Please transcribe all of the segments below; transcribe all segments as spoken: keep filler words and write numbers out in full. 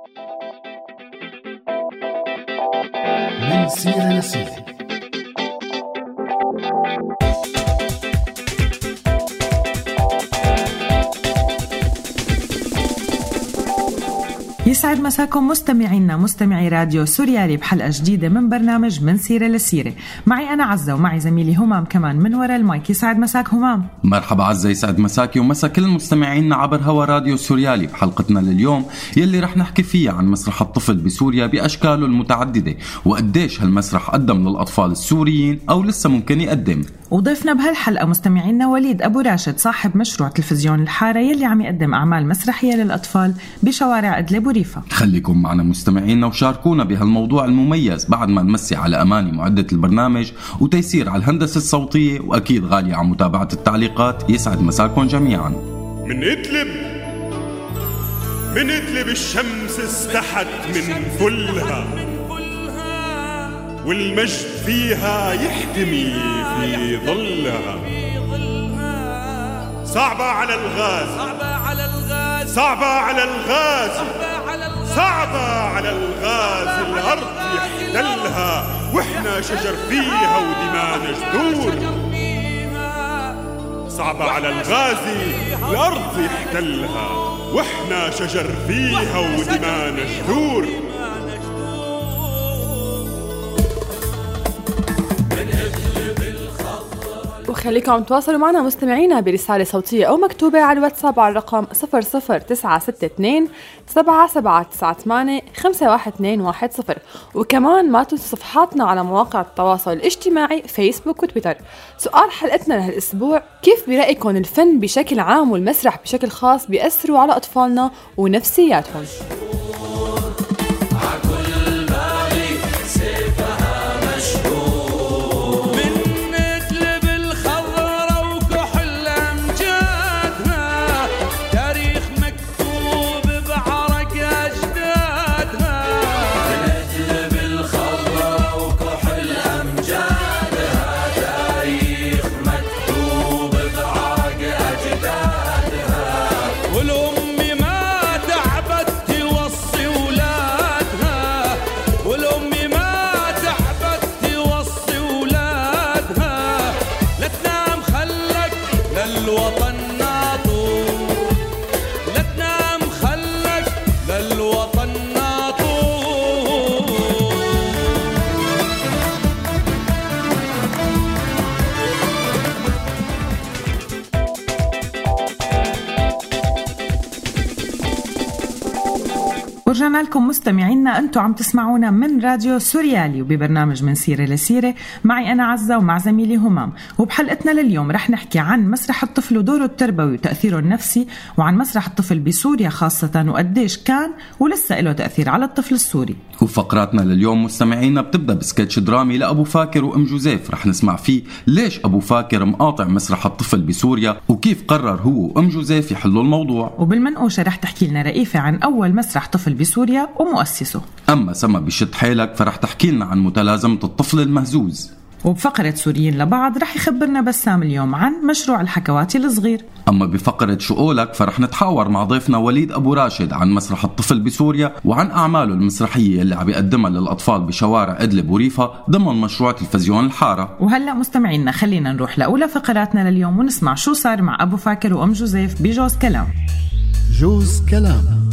من سيرة لسيرة. يسعد مساكم مستمعينا مستمعي راديو سوريالي بحلقة جديدة من برنامج من سيرة لسيرة. معي أنا عزة ومعي زميلي همام كمان من وراء المايك. يسعد مساك همام. مرحبا عزة، يسعد مساكي ومسا كل المستمعين عبر هوا راديو سوريالي. بحلقتنا لليوم يلي رح نحكي فيها عن مسرح الطفل بسوريا بأشكاله المتعددة وقديش هالمسرح قدم للأطفال السوريين أو لسه ممكن يقدم. وضيفنا بهالحلقة مستمعينا وليد أبو راشد صاحب مشروع تلفزيون الحارة يلي عم يقدم أعمال مسرحية للأطفال بشوارع إدلب وريفة. خليكم معنا مستمعينا وشاركونا بهالموضوع المميز بعد ما نمسي على أماني معدة البرنامج وتيسير على الهندسة الصوتية، وأكيد غالية عن متابعة التعليقات. يسعد مساكم جميعا. من إدلب من إدلب الشمس استحت من فلها، والمجد فيها يحتمي في ظلها. صعبة على الغاز صعبة على الغاز صعبة على الغاز الأرض يحتلها، وإحنا شجر فيها ودمانا جذور. صعبة على الغاز الأرض يحتلها، وإحنا شجر فيها ودمانا جذور. وخليكم تواصلوا معنا مستمعينا برسالة صوتية أو مكتوبة على الواتساب على الرقم صفر صفر تسعة ستة اثنين سبعة سبعة تسعة ثمانية خمسة واحد اثنين واحد صفر. وكمان ما تنسوا صفحاتنا على مواقع التواصل الاجتماعي فيسبوك وتويتر. سؤال حلقتنا لهالأسبوع: كيف برأيكم الفن بشكل عام والمسرح بشكل خاص بيأثروا على أطفالنا ونفسياتهم؟ ورجعنا لكم مستمعينا، أنتوا عم تسمعونا من راديو سوريالي وببرنامج من سيرة لسيرة. معي أنا عزة ومع زميلي همام. وبحلقتنا لليوم رح نحكي عن مسرح الطفل ودوره التربوي وتأثيره النفسي، وعن مسرح الطفل بسوريا خاصة وقديش كان ولسه له تأثير على الطفل السوري. وفقراتنا لليوم مستمعينا بتبدأ بسكتش درامي لأبو فاكر وأم جوزيف. رح نسمع فيه ليش أبو فاكر مقاطع مسرح الطفل بسوريا وكيف قرر هو وأم جوزيف يحلوا الموضوع. وبالمنقوشة رح تحكي لنا رئيفة عن أول مسرح طفل بسوريا ومؤسسه. أما سما بشد حيلك فرح تحكي لنا عن متلازمة الطفل المهزوز. وبفقرة سوريين لبعض رح يخبرنا بسام اليوم عن مشروع الحكواتي الصغير. أما بفقرة شو قولك فرح نتحاور مع ضيفنا وليد أبو راشد عن مسرح الطفل بسوريا وعن أعماله المسرحية اللي عم يقدمها للأطفال بشوارع إدلب وريفة ضمن مشروع تلفزيون الحارة. وهلأ مستمعينا خلينا نروح لأولى فقراتنا لليوم ونسمع شو صار مع أبو فاكر وأم جوزيف بجوز كلام. جوز كلام.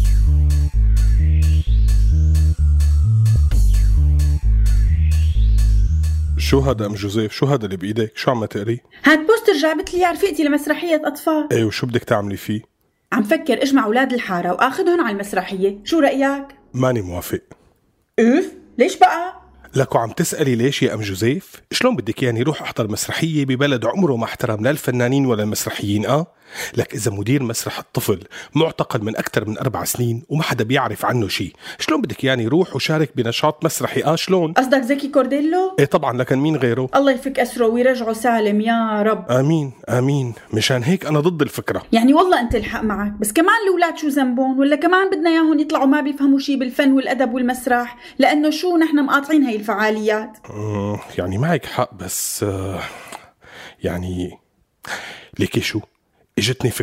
شو هذا أم جوزيف؟ شو هذا اللي بإيدك؟ شو عم تقري؟ هاد بوستر جابت لي رفيقتي لمسرحية أطفال. ايه، وشو بدك تعملي فيه؟ عم فكر اجمع أولاد الحارة وآخذهم على المسرحية، شو رأيك؟ ماني موافق. اوف، ليش بقى؟ لكو عم تسألي ليش يا أم جوزيف؟ شلون بدك يعني روح أحضر مسرحية ببلد عمره ما احترم لا الفنانين ولا المسرحيين؟ آه؟ لك إذا مدير مسرح الطفل معتقل من أكثر من أربع سنين وما حدا بيعرف عنه شيء، شلون بدك يعني روح وشارك بنشاط مسرحي؟ آه شلون؟ قصدك زكي كورديلو؟ إيه طبعا، لكن مين غيره؟ الله يفك أسره ويرجعه سالم يا رب. آمين آمين. مشان هيك أنا ضد الفكرة. يعني والله أنت الحق معك، بس كمان الأولاد شو ذنبون؟ ولا كمان بدنا ياهن يطلعوا ما بيفهموا شيء بالفن والأدب والمسرح؟ لأنه شو نحن مقاطعين هاي الفعاليات. آه يعني معك حق، بس آه يعني ليكي شو اجتني فكرة.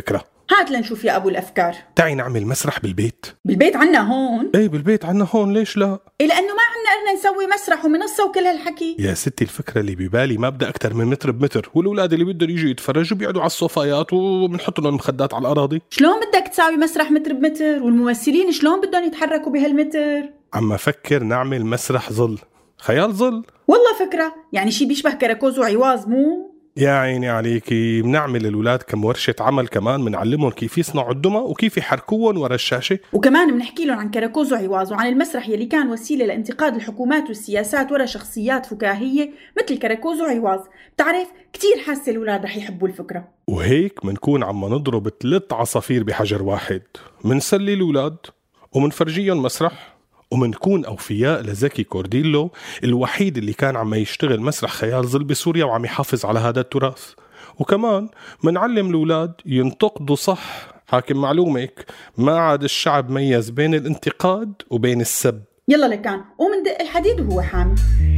هات لنشوف يا أبو الأفكار. تعي نعمل مسرح بالبيت. بالبيت عنا هون؟ ايه بالبيت عنا هون، ليش لا؟ إيه لأنه ما عنا قرنا نسوي مسرح ومنصة وكل هالحكي. يا ستي الفكرة اللي ببالي ما بدأ أكتر من متر بمتر، والأولاد اللي بدهم يجوا يتفرجوا بيقعدوا على الصوفايات وبنحط لهم مخدات على الأراضي. شلون بدك تساوي مسرح متر بمتر؟ والممثلين شلون بدهم يتحركوا بهالمتر؟ عم أفكر نعمل مسرح ظل، خيال ظل. والله فكرة، يعني شي بيشبه كراكوز وعواز مو؟ يا عيني عليكي. بنعمل للولاد كم ورشة عمل كمان، بنعلمهم كيف يصنعوا الدمى وكيف يحركوهم ورا الشاشة، وكمان بنحكي لهم عن كراكوز وعواز وعن المسرح يلي كان وسيلة لانتقاد الحكومات والسياسات ورا شخصيات فكاهية مثل كراكوز وعواز. بتعرف كتير حاسة الولاد رح يحبوا الفكرة. وهيك منكون عم نضرب ثلاث عصافير بحجر واحد، منسلي الولاد ومنفرجيهم مسرح، ومنكون أوفياء لزكي كورديلو الوحيد اللي كان عم يشتغل مسرح خيال ظل بسوريا وعم يحافظ على هذا التراث. وكمان منعلم الأولاد ينتقدوا صح. حاكم معلومك، ما عاد الشعب ميز بين الانتقاد وبين السب. يلا لكان قوم ندق الحديد وهو حامي.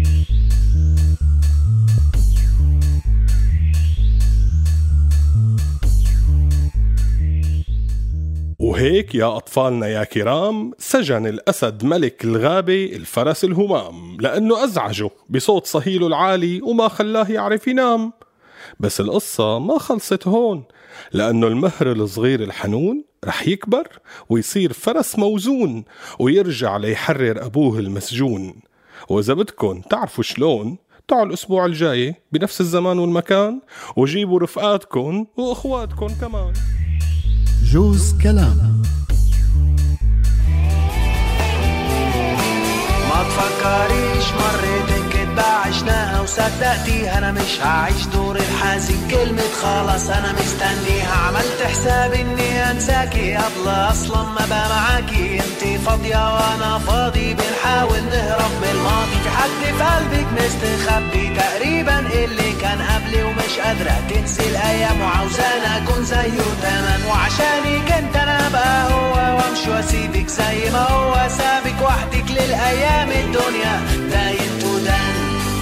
وهيك يا أطفالنا يا كرام، سجن الأسد ملك الغابة الفرس الهمام لأنه أزعجه بصوت صهيله العالي وما خلاه يعرف ينام. بس القصة ما خلصت هون، لأنه المهر الصغير الحنون رح يكبر ويصير فرس موزون ويرجع ليحرر أبوه المسجون. وإذا بدكن تعرفوا شلون، تعالوا الأسبوع الجاي بنفس الزمان والمكان وجيبوا رفقاتكن وأخواتكن كمان. جوز كلام. ما تفكريش مرتين كدبة عشناها وصدقتيها، أنا مش هعيش دور الحزين كلمة خلاص أنا مستنيها. عملت حساب إني أنساكي قبل أصلا ما بقى معاكي، انتي فاضية وأنا فاضي بنحاول نهرب من الماضي. في حد في قلبك مستخبي تقريبا اللي كان قبلي، ومش قادرة تنسي الأيام وعاوزانا أكون زيه تمام. وعشانك انت أنا بقى هو وامشي واسيبك زي ما هو سابك وحدك للأيام الدنيا داين تدان.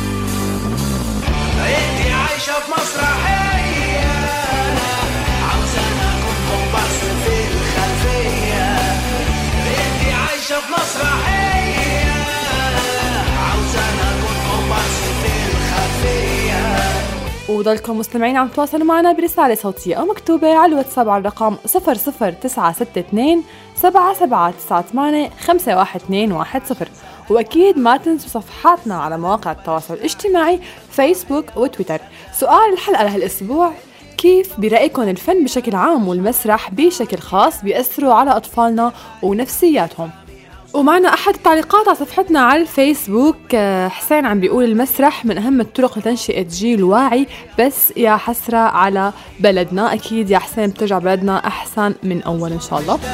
انتي عايشة في مسرحية عاوزانا أكون كومبارس في الخلفية. انتي عايشة في مسرحية عاوزانا أكون كومبارس في الخلفية. وضلكم مستمعين عم تواصلوا معنا برسالة صوتية أو مكتوبة على الواتساب على الرقم صفر صفر تسعة ستة اثنين سبعة سبعة تسعة ثمانية خمسة واحد اثنين واحد صفر. وأكيد ما تنسوا صفحاتنا على مواقع التواصل الاجتماعي فيسبوك وتويتر. سؤال الحلقة لهالأسبوع: كيف برأيكم الفن بشكل عام والمسرح بشكل خاص بيأثروا على أطفالنا ونفسياتهم؟ ومعنا أحد التعليقات على صفحتنا على الفيسبوك، حسين عم بيقول المسرح من أهم الطرق لتنشئة جيل واعي، بس يا حسرة على بلدنا. أكيد يا حسين بترجع بلدنا أحسن من أول إن شاء الله.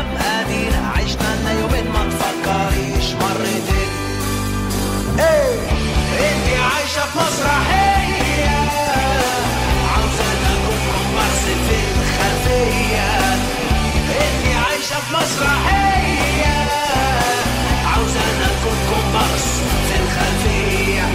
انتي عايشة في مسرحية عاوزانا أكون كومبارس في الخلفية. انتي عايشة في مسرحية عاوزانا أكون كومبارس في الخلفية.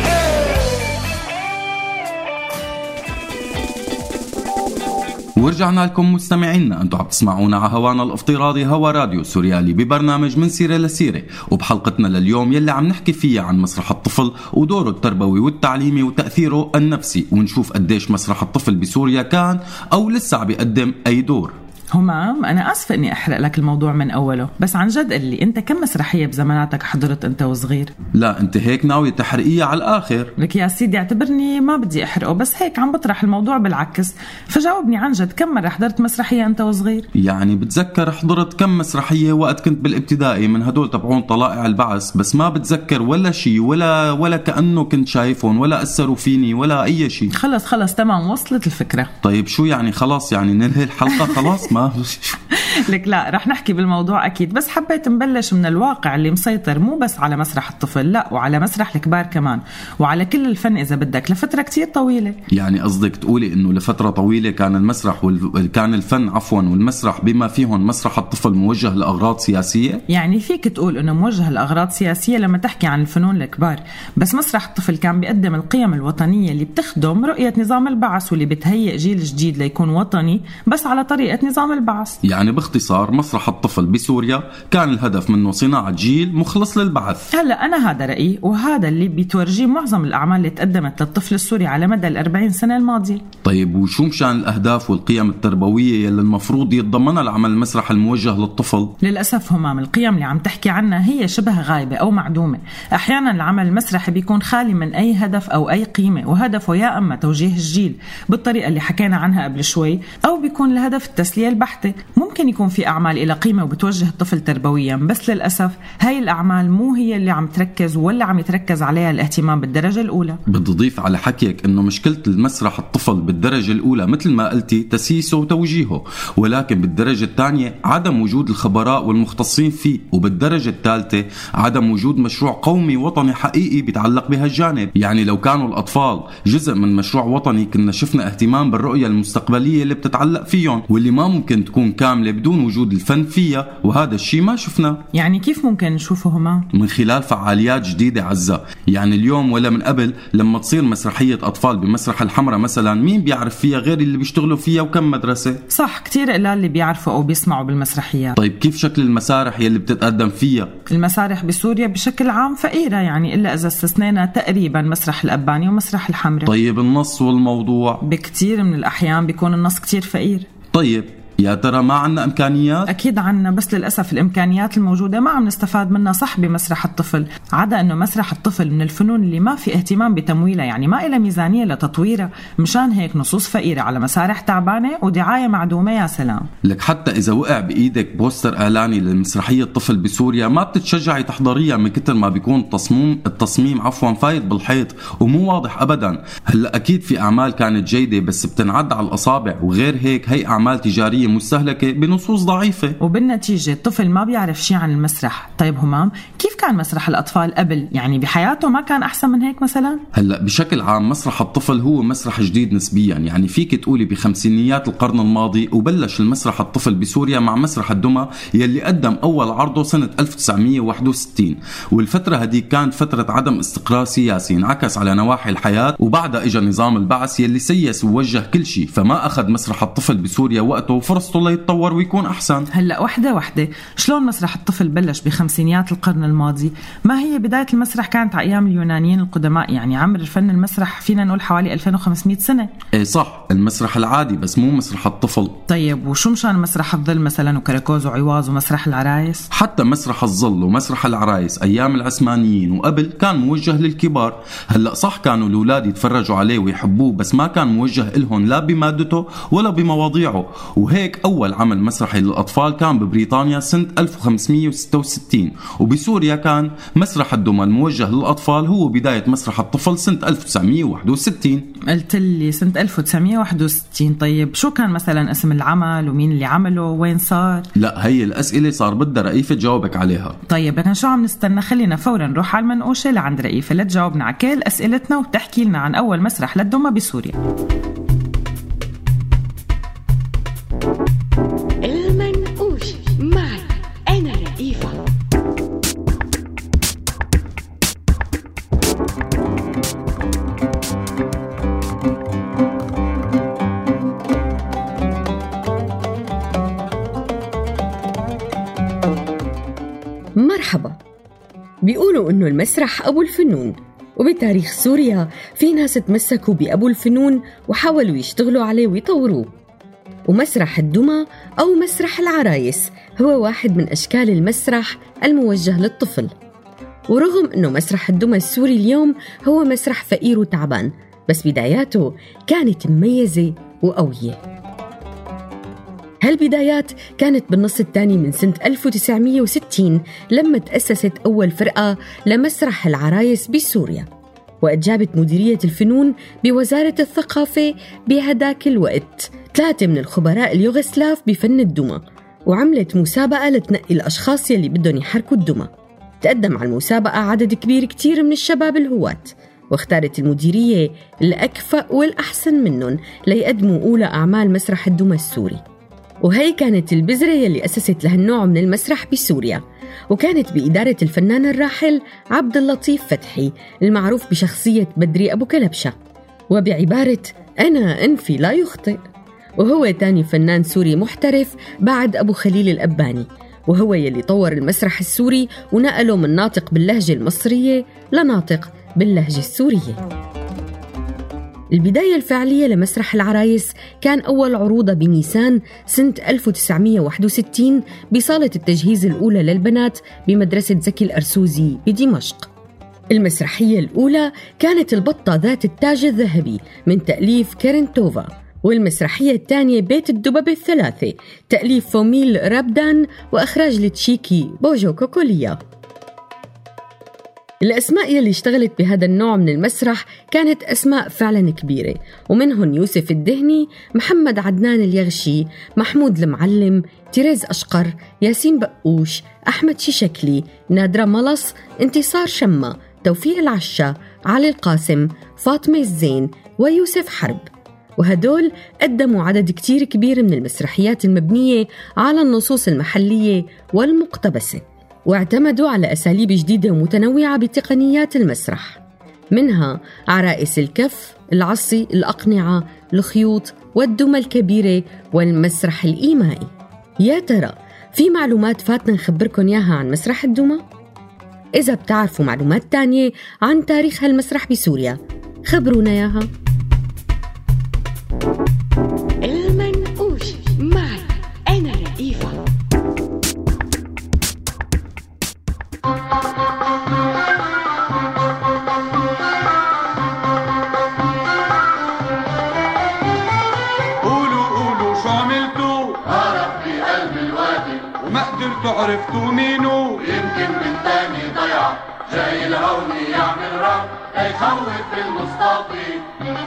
ورجعنا لكم مستمعينا، انتم عم تسمعونا على هوانا الافتراضي هوا راديو سوريالي ببرنامج من سيرة لسيرة، وبحلقتنا لليوم يلي عم نحكي فيها عن مسرح الطفل ودوره التربوي والتعليمي وتأثيره النفسي، ونشوف قديش مسرح الطفل بسوريا كان أو لسه عم بيقدم أي دور. همام أنا آسفة إني أحرق لك الموضوع من أوله، بس عن جد قل لي أنت كم مسرحية بزماناتك حضرت أنت وصغير؟ لا أنت هيك ناوية تحرقية على الآخر. لك يا سيدي اعتبرني ما بدي أحرقه، بس هيك عم بطرح الموضوع بالعكس. فجاوبني عن جد، كم مرة حضرت مسرحية أنت وصغير؟ يعني بتذكر حضرت كم مسرحية وقت كنت بالابتدائي من هدول تبعون طلائع البعث، بس ما بتذكر ولا شيء ولا ولا كأنه كنت شايفهم ولا أثروا فيني ولا أي شيء. خلص خلص تمام، وصلت الفكرة. طيب شو يعني خلاص، يعني ننهي الحلقة خلاص؟ ما لك لا رح نحكي بالموضوع أكيد، بس حبيت نبلش من الواقع اللي مسيطر مو بس على مسرح الطفل، لا وعلى مسرح الكبار كمان، وعلى كل الفن إذا بدك لفترة كتير طويلة. يعني قصدك تقولي إنه لفترة طويلة كان المسرح وال... كان الفن عفوا والمسرح بما فيهم مسرح الطفل موجه لأغراض سياسية؟ يعني فيك تقول إنه موجه لأغراض سياسية لما تحكي عن الفنون الكبار، بس مسرح الطفل كان بيقدم القيم الوطنية اللي بتخدم رؤية نظام البعث واللي بتهيئ جيل جديد ليكون وطني بس على طريقة نظام البعث. يعني باختصار مسرح الطفل بسوريا كان الهدف منه صناعة جيل مخلص للبعث. هلا أنا هذا رأيي، وهذا اللي بتورجيه معظم الأعمال اللي تقدمت للطفل السوري على مدى الأربعين سنة الماضية. طيب وشو مشان الأهداف والقيم التربوية اللي المفروض يتضمنها العمل المسرح الموجه للطفل؟ للأسف همام القيم اللي عم تحكي عنها هي شبه غايبة أو معدومة. أحيانا العمل المسرحي بيكون خالي من أي هدف أو أي قيمة، وهدفه يا أما توجيه الجيل بالطريقة اللي حكينا عنها قبل شوي، أو بيكون لهدف التسلية البحتة. ممكن يكون في أعمال إلى قيمة وبتوجه الطفل تربويا، بس للأسف هاي الأعمال مو هي اللي عم تركز ولا عم يتركز عليها الاهتمام بالدرجة الأولى. بدي أضيف على حكيك إنه مشكلة المسرح الطفل بالدرجة الأولى مثل ما قلتي تسييسه وتوجيهه، ولكن بالدرجة الثانية عدم وجود الخبراء والمختصين فيه، وبالدرجة الثالثة عدم وجود مشروع قومي وطني حقيقي بيتعلق بهالجانب. يعني لو كانوا الأطفال جزء من مشروع وطني كنا شفنا اهتمام بالرؤية المستقبلية اللي بتتعلق فيهم، واللي ما ممكن تكون كاملة بدون وجود الفن فيها، وهذا الشيء ما شفنا. يعني كيف ممكن نشوفه هما؟ من خلال فعاليات جديدة عزة. يعني اليوم ولا من قبل لما تصير مسرحية أطفال بمسرح الحمرة مثلا، مين بيعرف فيها غير اللي بيشتغلوا فيها وكم مدرسة؟ صح، كتير قلال اللي بيعرفوا أو بيسمعوا بالمسرحيات. طيب كيف شكل المسارح يلي بتتقدم فيها؟ المسارح بسوريا بشكل عام فقيرة، يعني إلا إذا استثنينا تقريبا مسرح الأباني ومسرح الحمرة. طيب النص والموضوع؟ بكتير من الأحيان بيكون النص كتير فقير. طيب يا ترى ما عنا إمكانيات؟ أكيد عنا، بس للأسف الإمكانيات الموجودة ما عم نستفاد منها صح بمسرح الطفل. عدا أنه مسرح الطفل من الفنون اللي ما في اهتمام بتمويلها، يعني ما إلى ميزانية لتطويرها، مشان هيك نصوص فقيرة على مسارح تعبانة ودعاية معدومة. يا سلام لك، حتى إذا وقع بإيدك بوستر إعلاني للمسرحية الطفل بسوريا ما بتتشجعي تحضريها من كتر ما بيكون التصميم التصميم عفوا فايت بالحيط ومو واضح أبدا. هلا أكيد في أعمال كانت جيدة بس بتنعد على الأصابع، وغير هيك هي أعمال تجارية مستهلكة بنصوص ضعيفة، وبالنتيجة الطفل ما بيعرف شيء عن المسرح. طيب همام، كيف كان مسرح الأطفال قبل؟ يعني بحياته ما كان أحسن من هيك مثلا؟ هلأ بشكل عام مسرح الطفل هو مسرح جديد نسبيا، يعني فيك تقولي بخمسينيات القرن الماضي، وبلش المسرح الطفل بسوريا مع مسرح الدمى يلي قدم أول عرضه سنة ألف وتسعمية وواحد وستين، والفترة هذه كانت فترة عدم استقرار سياسي انعكس على نواحي الحياة، وبعدها إجا نظام البعث يلي سيس ووجه كل شيء، فما أخذ مسرح الطفل بسوريا وقته وفرصته ليتطور ويكون أحسن. هلأ وحدة وحدة، شلون مسرح الطفل بلش بخمسينيات القرن الماضي؟ ما هي بداية المسرح كانت على أيام اليونانيين القدماء، يعني عمر الفن المسرح فينا نقول حوالي ألفين وخمسمية سنة. إيه صح، المسرح العادي بس مو مسرح الطفل. طيب وشو مشان مسرح الظل مثلا وكراكوز وعواز ومسرح العرايس؟ حتى مسرح الظل ومسرح العرايس أيام العثمانيين وقبل كان موجه للكبار. هلأ صح كانوا الأولاد يتفرجوا عليه ويحبوه، بس ما كان موجه إلهم لا بمادته ولا بمواضيعه. وهيك أول عمل مسرحي للأطفال كان ببريطانيا سنة ألف وخمسمية وستة وستين، وبسوريا كان مسرح الدمى الموجه للأطفال هو بداية مسرح الطفل سنة ألف وتسعمية وواحد وستين. قلت لي سنة ألف وتسعمية وواحد وستين. طيب شو كان مثلا اسم العمل ومين اللي عمله وين صار؟ لا هي الأسئلة صار بدها رئيفة تجاوبك عليها. طيب لكن شو عم نستنى؟ خلينا فورا نروح على المنقوشة لعند رئيفة لتجاوبنا على كل أسئلتنا وتحكي لنا عن أول مسرح للدمى بسوريا. المنقوش معي أنا رئيفة. مرحبا. بيقولوا إنه المسرح أبو الفنون، وبتاريخ سوريا في ناس تمسكوا بأبو الفنون وحاولوا يشتغلوا عليه ويطوروه. ومسرح الدمى أو مسرح العرايس هو واحد من أشكال المسرح الموجه للطفل. ورغم أنه مسرح الدمى السوري اليوم هو مسرح فقير وتعبان، بس بداياته كانت مميزة وقوية. هالبدايات كانت بالنص الثاني من سنة ألف وتسعمية وستين لما تأسست أول فرقة لمسرح العرايس بسوريا، وأجابت مديرية الفنون بوزارة الثقافة بهداك الوقت ثلاثة من الخبراء اليوغسلاف بفن الدمى، وعملت مسابقة لتنقي الأشخاص يلي بدهم يحركوا الدمى. تقدم على المسابقة عدد كبير كتير من الشباب الهواة، واختارت المديرية الأكفأ والأحسن منهم ليقدموا أولى أعمال مسرح الدمى السوري. وهي كانت البذرة يلي أسست لهالنوع من المسرح بسوريا، وكانت بإدارة الفنان الراحل عبد اللطيف فتحي المعروف بشخصية بدري أبو كلبشة، وبعبارة أنا أنفي لا يخطئ. وهو تاني فنان سوري محترف بعد أبو خليل الأباني، وهو يلي طور المسرح السوري ونقله من ناطق باللهجة المصرية لناطق باللهجة السورية. البداية الفعلية لمسرح العرايس كان أول عروضة بنيسان سنة ألف وتسعمية وواحد وستين بصالة التجهيز الأولى للبنات بمدرسة زكي الأرسوزي بدمشق. المسرحية الأولى كانت البطة ذات التاج الذهبي من تأليف كيرنتوفا، والمسرحية الثانية بيت الدببة الثلاثة تأليف فوميل رابدان وإخراج لتشيكي بوجو كوكوليا. الأسماء يلي اشتغلت بهذا النوع من المسرح كانت أسماء فعلا كبيرة، ومنهم يوسف الدهني، محمد عدنان اليغشي، محمود المعلم، تيريز أشقر، ياسين بقوش، أحمد شيشكلي، نادرة ملص، انتصار شمة، توفيق العشا، علي القاسم، فاطمة الزين، ويوسف حرب. وهدول قدموا عدد كتير كبير من المسرحيات المبنية على النصوص المحلية والمقتبسة، واعتمدوا على أساليب جديدة ومتنوعة بتقنيات المسرح، منها عرائس الكف، العصي، الأقنعة، الخيوط، والدمى الكبيرة، والمسرح الإيمائي. يا ترى في معلومات فاتنا نخبركن ياها عن مسرح الدمى؟ إذا بتعرفوا معلومات تانية عن تاريخ هالمسرح بسوريا خبرونا ياها. المنقوش معي أنا رئيفة. قولوا قولوا شو عملتوا؟ هرب في قلب الوادي وما قدرتوا عرفتوا مينو؟ يمكن من تاني ضيع جاي الهون يعمل رب ليخوف المستضيف.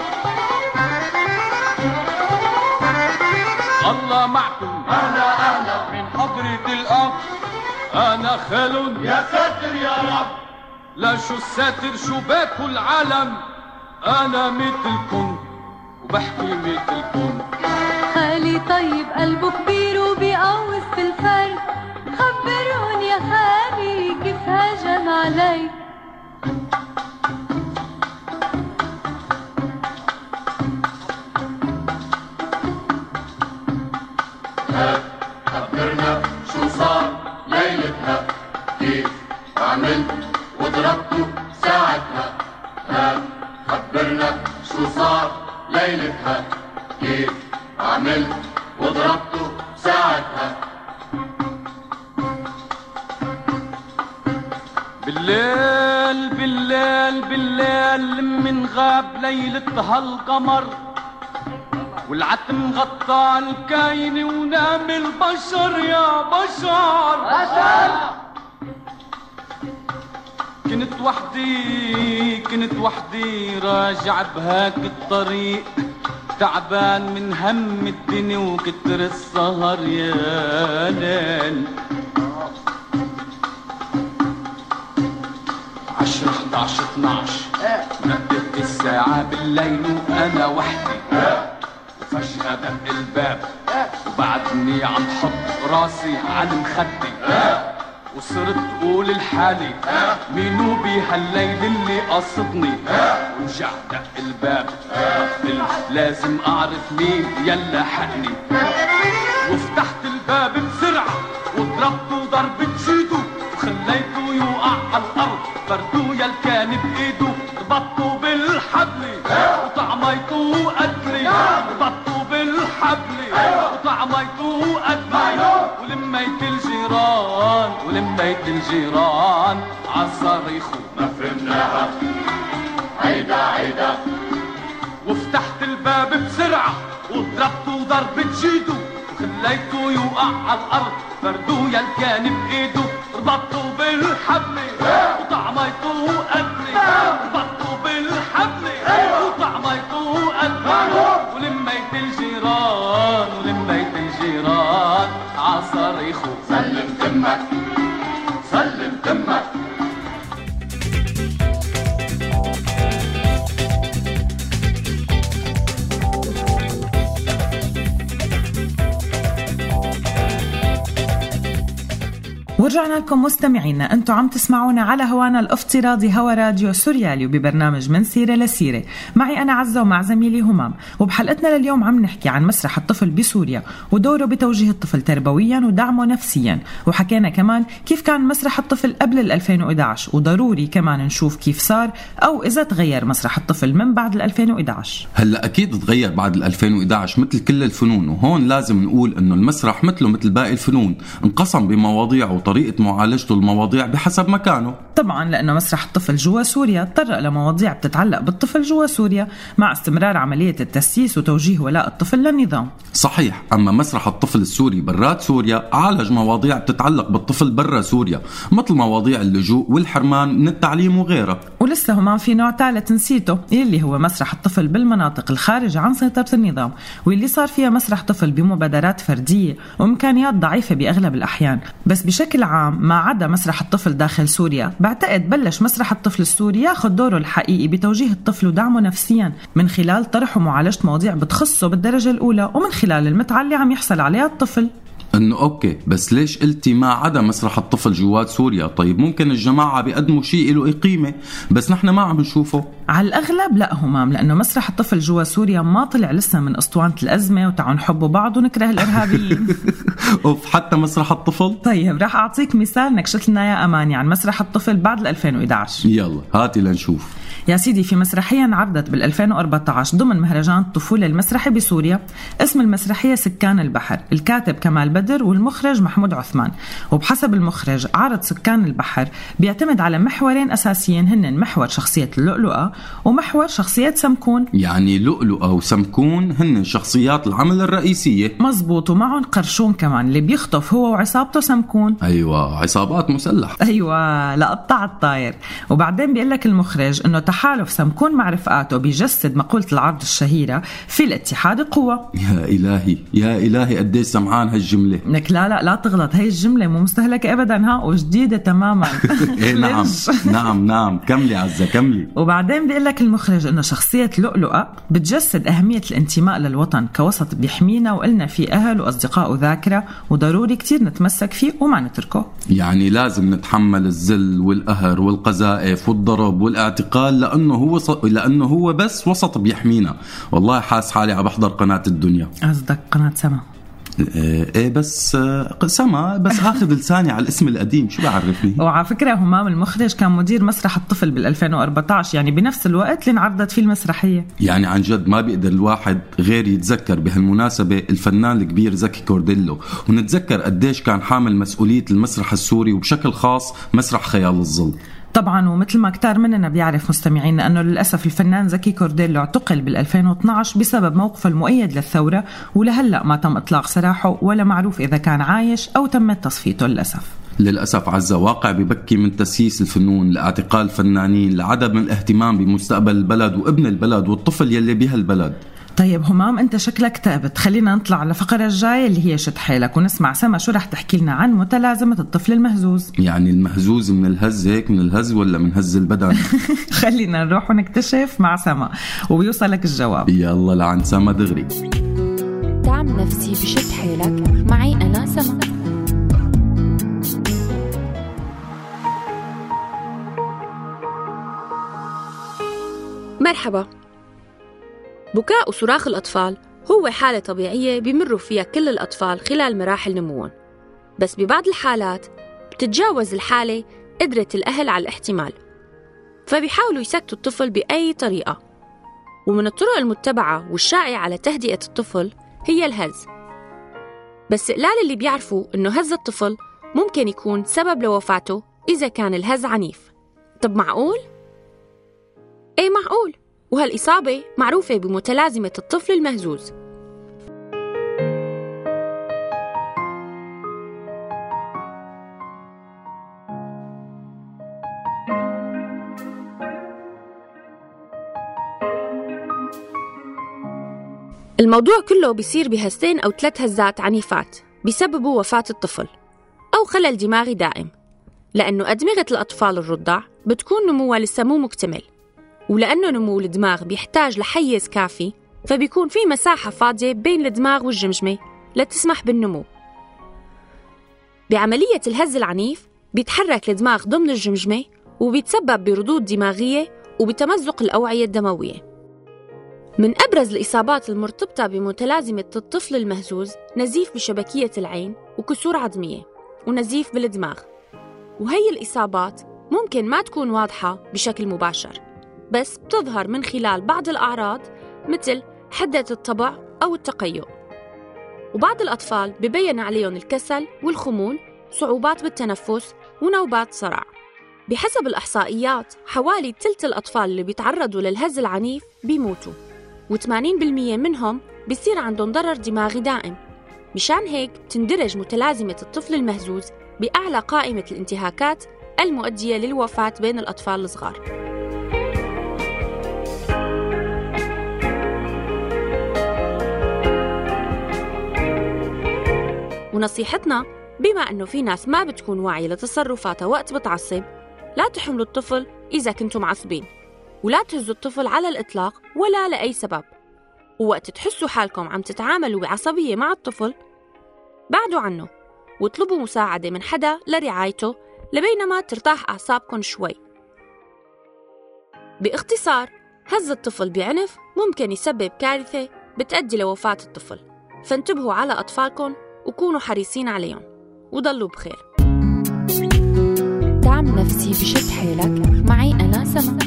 الله معكم أهلا أهلا من حضرة الأب، أنا خال يا ساتر يا رب. لا شو الساتر شو باكو العالم، أنا مثلكم وبحكي مثلكم. خالي طيب قلبه كبير وبيقوس في الفرد، خبرون يا خالي كيف هجم علي. خبرنا شو صار ليلتها، كيف عملت وضربته ساعتها. ها خبرنا شو صار ليلتها، كيف عملت وضربته ساعتها. بالليل بالليل بالليل من غاب ليلة هالقمر، والعتم غطى الكاين ونام البشر يا بشر. بشر كنت وحدي كنت وحدي راجع بهاك الطريق، تعبان من هم الدنيا وكتر السهر يا ليل. عشرة حداش اتناش نقدت الساعة بالليل وأنا وحدي، وفجأة دق الباب وبعدني عم حط راسي على مخدي، وصرت قول لحالي مينو بهالليل اللي قصدني. ورجع دق الباب قلت لازم أعرف مين يلا حقني، وفتحت الباب بسرعة وضربته ضربة جيدو، وخليته يوقع على الأرض فردو يل كان بإيده، ربطته بالحبل وطعميته قتلي، ربطته بالحبل وطعميته قتلي. ولميت الجيران ولميت الجيران عالصريخ ما فهمناها عيدا عيدا. وفتحت الباب بسرعة وضربته ضربة جيدو، وخليته يوقع على الأرض فردو يل كان بإيده، ربطته بالحبل وطعميته قتلي، ربطته بالحبل وطعميته قتلي. ولميت الجيران ولميت الجيران عصر سلم تمك سلم تمك. ورجعنا لكم مستمعينا، انتم عم تسمعونا على هوانا الافتراضي هوا راديو سوريالي وببرنامج من سيرة لسيرة. معي أنا عزة ومع زميلي همام، وبحلقتنا لليوم عم نحكي عن مسرح الطفل بسوريا ودوره بتوجيه الطفل تربويا ودعمه نفسيا، وحكينا كمان كيف كان مسرح الطفل قبل ال ألفين وإحدى عشر، وضروري كمان نشوف كيف صار أو إذا تغير مسرح الطفل من بعد ال ألفين وإحدى عشر. هلا أكيد تغير بعد ال ألفين وإحدى عشر مثل كل الفنون، وهون لازم نقول إنه المسرح مثله مثل باقي الفنون انقسم بمواضيع طريقة معالجته المواضيع بحسب مكانه. طبعا لأنه مسرح الطفل جوا سوريا تطرق لمواضيع بتتعلق بالطفل جوا سوريا مع استمرار عملية التسييس وتوجيه ولاء الطفل للنظام. صحيح. أما مسرح الطفل السوري برات سوريا عالج مواضيع بتتعلق بالطفل برا سوريا مثل مواضيع اللجوء والحرمان من التعليم وغيرها. ولسه همان في نوع ثالث نسيته اللي هو مسرح الطفل بالمناطق الخارجة عن سيطرة النظام، واللي صار فيها مسرح طفل بمبادرات فردية وإمكانيات ضعيفة بأغلب الأحيان. بس بشكل عام ما عدا مسرح الطفل داخل سوريا، بعتقد بلش مسرح الطفل السوري ياخذ دوره الحقيقي بتوجيه الطفل ودعمه نفسيا من خلال طرح ومعالجة مواضيع بتخصه بالدرجة الأولى، ومن خلال المتعة اللي عم يحصل عليها الطفل. انه اوكي، بس ليش قلتي ما عدا مسرح الطفل جوات سوريا؟ طيب ممكن الجماعة بيقدموا شيء له قيمة بس نحن ما عم نشوفه. على الأغلب لا همام، لأنه مسرح الطفل جوا سوريا ما طلع لسه من أسطوانة الأزمة وتعالوا نحب بعض ونكره الإرهابيين. اوف، حتى مسرح الطفل. طيب راح أعطيك مثال نكشت لنا يا أماني عن مسرح الطفل بعد ال ألفين وإحدى عشر. يلا هاتي لنشوف. يا سيدي، في مسرحية انعرضت بال ألفين وأربعة عشر ضمن مهرجان الطفولة المسرحي بسوريا، اسم المسرحية سكان البحر، الكاتب كمال بدر والمخرج محمود عثمان. وبحسب المخرج عرض سكان البحر بيعتمد على محورين أساسيين، هن محور شخصية اللؤلؤة ومحور شخصية سمكون. يعني لؤلؤة وسمكون هن شخصيات العمل الرئيسية. مزبوط، ومعهم قرشون كمان اللي بيخطف هو وعصابته سمكون. أيوة، عصابات مسلح. أيوة، لقطع الطاير. وبعدين بيقلك المخرج إنه تحالف سمكون مع رفقاته بيجسد مقولة العرض الشهيرة في الاتحاد قوة. يا إلهي يا إلهي قديش سمعان هالجملة. لك لا لا لا تغلط، هاي الجملة مو مستهلكة أبدا، ها، وجديدة تماما. إيه نعم نعم نعم، كملي عزة كملي. وبعدين بيقلك المخرج إنه شخصية لؤلؤة بتجسد أهمية الانتماء للوطن كوسط بيحمينا، وقلنا في أهل وأصدقاء وذاكرة، وضروري كتير نتمسك فيه وما نتركه. يعني لازم نتحمل الذل والقهر والقذائف والضرب والاعتقال لأنه هو ص... لأنه هو بس وسط بيحمينا. والله حاس حالي عم بحضر قناة الدنيا. قصدك قناة سما؟ ايه بس سما، بس اخذ لساني على الاسم القديم، شو بعرفني. وعلى فكرة همام المخرج كان مدير مسرح الطفل بال ألفين وأربعة عشر، يعني بنفس الوقت اللي انعرضت فيه المسرحية. يعني عن جد ما بيقدر الواحد غير يتذكر بهالمناسبة الفنان الكبير زكي كورديلو، ونتذكر قديش كان حامل مسؤولية المسرح السوري وبشكل خاص مسرح خيال الظل. طبعا، ومثل ما كتار مننا بيعرف مستمعينا أنه للأسف الفنان زكي كورديلو اعتقل بال ألفين واثني عشر بسبب موقفه المؤيد للثورة، ولهلأ ما تم إطلاق سراحه ولا معروف إذا كان عايش أو تمت تصفيته للأسف. للأسف عزة، واقع ببكي من تسييس الفنون لاعتقال فنانين لعدم الاهتمام بمستقبل البلد وابن البلد والطفل يلي بها البلد. طيب همام، انت شكلك تعبت، خلينا نطلع على الفقرة الجاية اللي هي شد حيلك، ونسمع سما شو رح تحكي لنا عن متلازمة الطفل المهزوز. يعني المهزوز من الهز هيك، من الهز ولا من هز البدن؟ خلينا نروح ونكتشف مع سما وبيوصلك الجواب. يلا لعند سما دغري. دعم نفسي بشد حيلك، معي أنا سما. مرحبا. بكاء وصراخ الأطفال هو حالة طبيعية بيمروا فيها كل الأطفال خلال مراحل نموهم، بس ببعض الحالات بتتجاوز الحالة قدرة الأهل على الاحتمال، فبيحاولوا يسكتوا الطفل بأي طريقة. ومن الطرق المتبعة والشائعة لتهدئة الطفل هي الهز، بس قلال اللي بيعرفوا إنه هز الطفل ممكن يكون سبب لوفاته إذا كان الهز عنيف. طب معقول؟ إيه معقول، وهالإصابة معروفة بمتلازمة الطفل المهزوز. الموضوع كله بيصير بهزتين أو ثلاث هزات عنيفات بيسببوا وفاة الطفل، خلل دماغي دائم، لأنه أدمغة الأطفال الرضع بتكون نموها لسه مو مكتمل، ولأنه نمو الدماغ بيحتاج لحيز كافي، فبيكون في مساحة فاضية بين الدماغ والجمجمة لتسمح بالنمو. بعملية الهز العنيف بيتحرك الدماغ ضمن الجمجمة وبيتسبب بردود دماغية وبتمزق الأوعية الدموية. من أبرز الإصابات المرتبطة بمتلازمة الطفل المهزوز نزيف بشبكية العين وكسور عظمية ونزيف بالدماغ، وهي الإصابات ممكن ما تكون واضحة بشكل مباشر، بس بتظهر من خلال بعض الأعراض مثل حدة الطبع أو التقيؤ. وبعض الأطفال ببين عليهم الكسل والخمول، صعوبات بالتنفس ونوبات صرع. بحسب الإحصائيات حوالي ثلث الأطفال اللي بيتعرضوا للهز العنيف بيموتوا، وثمانين بالمية منهم بيصير عندهم ضرر دماغي دائم. مشان هيك تندرج متلازمة الطفل المهزوز بأعلى قائمة الانتهاكات المؤدية للوفاة بين الأطفال الصغار. ونصيحتنا، بما أنه في ناس ما بتكون واعية لتصرفاتها وقت بتعصب، لا تحملوا الطفل إذا كنتم معصبين، ولا تهزوا الطفل على الإطلاق ولا لأي سبب. ووقت تحسوا حالكم عم تتعاملوا بعصبية مع الطفل، بعدوا عنه واطلبوا مساعدة من حدا لرعايته لبينما ترتاح أعصابكم شوي. باختصار، هز الطفل بعنف ممكن يسبب كارثة بتؤدي لوفاة الطفل، فانتبهوا على أطفالكم وكونوا حريصين عليهم، وضلوا بخير. دعم نفسي بشد حيلك معي أنا سما.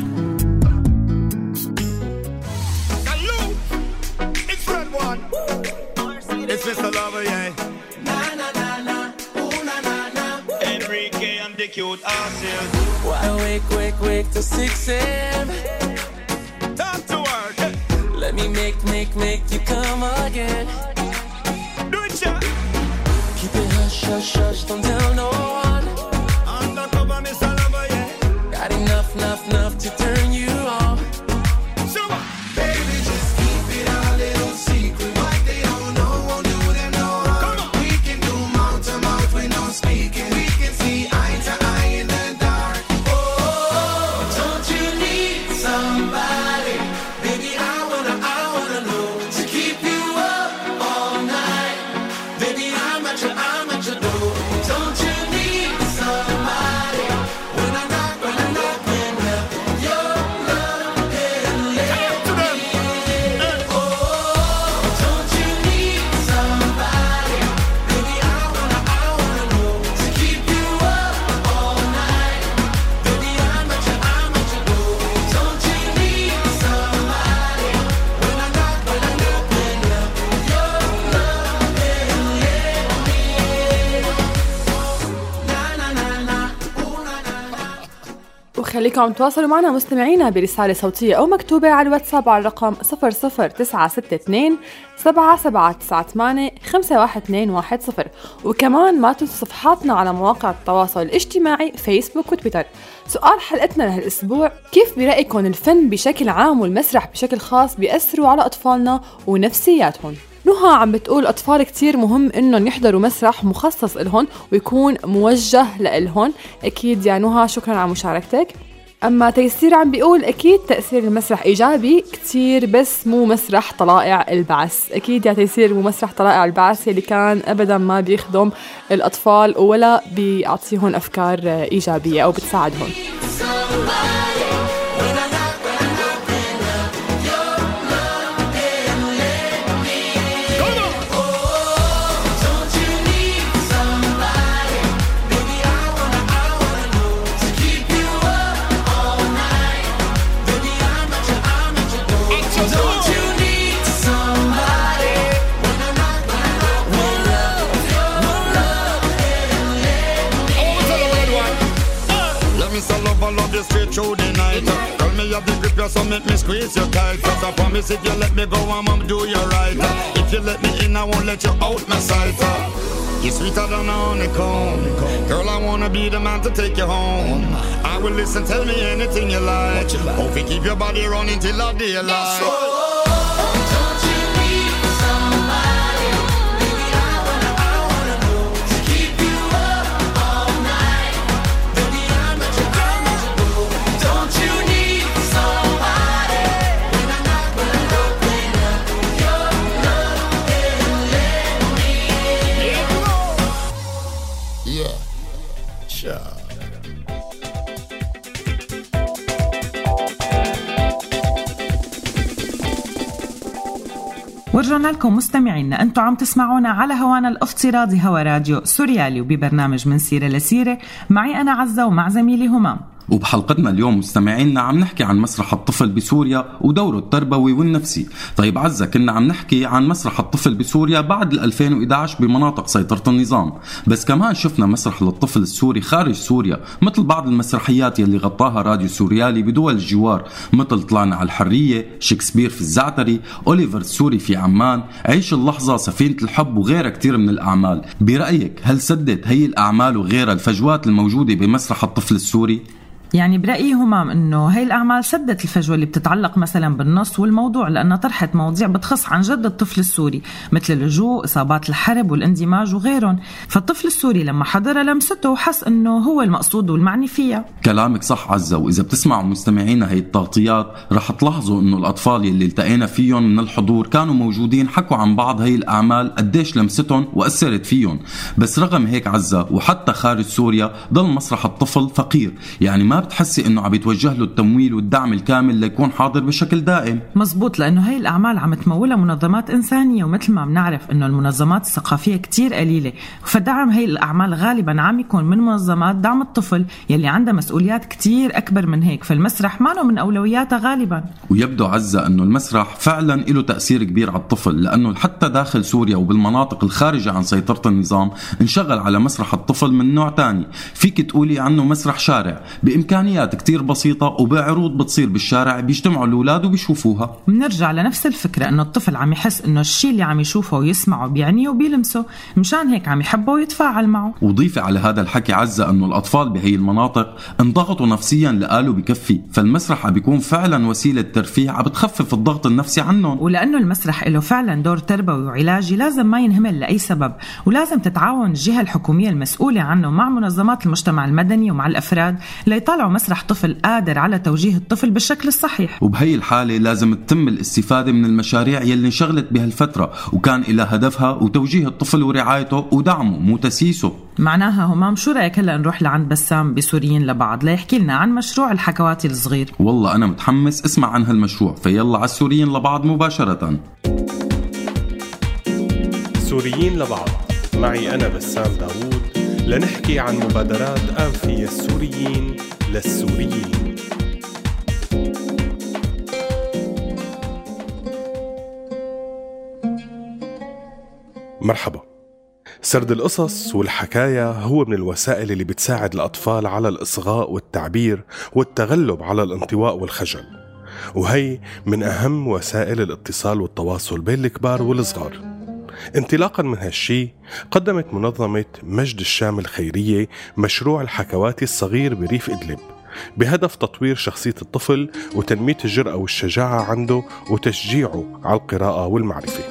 It's Mister Lover, yeah. Na na na na, ooh na na na. Enrique and the cute asses. Why wake, wake, wake till six a.m. Time to work. Let me make, make, make you come again. Do it, yeah. Keep it hush, hush, hush, don't tell no one. Undercover, Mister Lover, yeah. Got enough, enough, enough to turn you on. So what? Baby, just keep it a little secret. What they don't know won't do them no harm. We can do mouth to mouth with no speaking. We can see eye to eye in the dark. Oh, don't you need somebody? Baby, I wanna, I wanna know to keep you up all night. Baby, I'm at your, I'm at your door. Don't you need somebody? When I knock, when I knock, when I your love and let me in. Oh, don't you need somebody? Baby, I wanna, I wanna know to keep you up all night. Baby, I'm at your, I'm at your door. Don't you need somebody? When I knock, when I knock, when I your love and let me in. Na na na na, ooh na na na. وخليكم تواصلوا معنا مستمعينا برسالة صوتية أو مكتوبة على الواتساب على الرقم صفر صفر تسعة ستة اثنين سبعة سبعة تسعة ثمانية خمسة واحد اثنين واحد صفر. وكمان ما تنسوا صفحاتنا على مواقع التواصل الاجتماعي فيسبوك وتويتر. سؤال حلقتنا لهالأسبوع: كيف برأيكم الفن بشكل عام والمسرح بشكل خاص بيأثروا على أطفالنا ونفسياتهم؟ نهى عم بتقول أطفال كتير مهم إنهم يحضروا مسرح مخصص إلهم ويكون موجه لإلهم. أكيد يا نهى، شكرا على مشاركتك. أما تيسير عم بيقول أكيد تأثير المسرح إيجابي كتير، بس مو مسرح طلائع البعث. أكيد يا تيسير، مو مسرح طلائع البعث اللي كان أبدا ما بيخدم الأطفال ولا بيعطيهم أفكار إيجابية أو بتساعدهم. Straight through the night. Tell me you the grip you so make me squeeze you tight. Cause I promise if you let me go I'm gonna do you right. If you let me in I won't let you out my sight. You're sweeter than a honeycomb. Girl, I wanna be the man to take you home. I will listen, tell me anything you like. Hope you keep your body running till the daylight. Somebody, baby, I wanna, I wanna know to keep you up تشا. ورجعنا لكم مستمعينا، أنتم عم تسمعونا على هوانا الافتراضي هوا راديو سوريالي وببرنامج من سيرة لسيرة، معي أنا عزة ومع زميلي همام. وبحلقتنا اليوم مستمعينا عم نحكي عن مسرح الطفل بسوريا ودوره التربوي والنفسي. طيب عزة، كنا عم نحكي عن مسرح الطفل بسوريا بعد ألفين وإحدى عشر بمناطق سيطرة النظام، بس كمان شفنا مسرح للطفل السوري خارج سوريا، مثل بعض المسرحيات يلي غطاها راديو سوريالي بدول الجوار، مثل طلعنا على الحرية، شكسبير في الزعتري، أوليفر السوري في عمان، عيش اللحظة، سفينة الحب وغيرها كتير من الأعمال. برأيك هل سدت هي الأعمال وغيرها الفجوات الموجودة بمسرح الطفل السوري؟ يعني برأيي همام إنه هاي الأعمال سدت الفجوة اللي بتتعلق مثلا بالنص والموضوع، لأنها طرحت مواضيع بتخص عن جد الطفل السوري مثل اللجوء، إصابات الحرب والاندماج وغيرهم. فالطفل السوري لما حضر لمسته وحس إنه هو المقصود والمعني فيها. كلامك صح عزة، وإذا بتسمعوا مستمعينا هاي التغطيات رح تلاحظوا إنه الأطفال يلي التقينا فيهم من الحضور كانوا موجودين، حكوا عن بعض هاي الأعمال قديش لمستهم وأثرت فيهم. بس رغم هيك عزة، وحتى خارج سوريا ضل مسرح الطفل فقير، يعني ما بتحسي انه عم يتوجه له التمويل والدعم الكامل ليكون حاضر بشكل دائم. مزبوط، لانه هاي الاعمال عم تمولها منظمات انسانيه، ومثل ما بنعرف انه المنظمات الثقافيه كتير قليله، فدعم هاي الاعمال غالبا عم يكون من منظمات دعم الطفل يلي عندها مسؤوليات كتير اكبر من هيك، فالمسرح ما له من اولوياتها غالبا. ويبدو عزة انه المسرح فعلا له تاثير كبير على الطفل، لانه حتى داخل سوريا وبالمناطق الخارجه عن سيطره النظام انشغل على مسرح الطفل من نوع تاني، فيك تقولي عنه مسرح شارع بإمكانيات كتير بسيطة وبعروض بتصير بالشارع بيجتمعوا الأولاد وبيشوفوها. بنرجع لنفس الفكرة، إنه الطفل عم يحس إنه الشيء اللي عم يشوفه ويسمعه بيعنيه وبيلمسه، مشان هيك عم يحبه ويتفاعل معه. وضيفي على هذا الحكي عزة إنه الأطفال بهي المناطق انضغطوا نفسيا لقالوا بكفي، فالمسرح بيكون فعلا وسيلة ترفيه عم بتخفف الضغط النفسي عنهم. ولأنه المسرح له فعلا دور تربوي وعلاجي لازم ما ينهمل لأي سبب، ولازم تتعاون الجهة الحكومية المسؤولة عنه مع منظمات المجتمع المدني ومع الأفراد ليطلعوا مسرح طفل قادر على توجيه الطفل بالشكل الصحيح. وبهي الحالة لازم تتم الاستفادة من المشاريع يلي انشغلت بهالفترة وكان إلى هدفها وتوجيه الطفل ورعايته ودعمه مو تسييسه. معناها همام، شو رأيك هلأ نروح لعند بسام بسوريين لبعض ليحكي لنا عن مشروع الحكواتي الصغير؟ والله أنا متحمس اسمع عن هالمشروع، فيلا على السوريين لبعض مباشرة. سوريين لبعض معي أنا بسام داوود لنحكي عن مبادرات أنفية السوريين للسوريين. مرحبا. سرد القصص والحكاية هو من الوسائل اللي بتساعد الأطفال على الإصغاء والتعبير والتغلب على الانطواء والخجل، وهي من أهم وسائل الاتصال والتواصل بين الكبار والصغار. انطلاقا من هالشي قدمت منظمة مجد الشام الخيرية مشروع الحكواتي الصغير بريف إدلب بهدف تطوير شخصية الطفل وتنمية الجرأة والشجاعة عنده وتشجيعه على القراءة والمعرفة.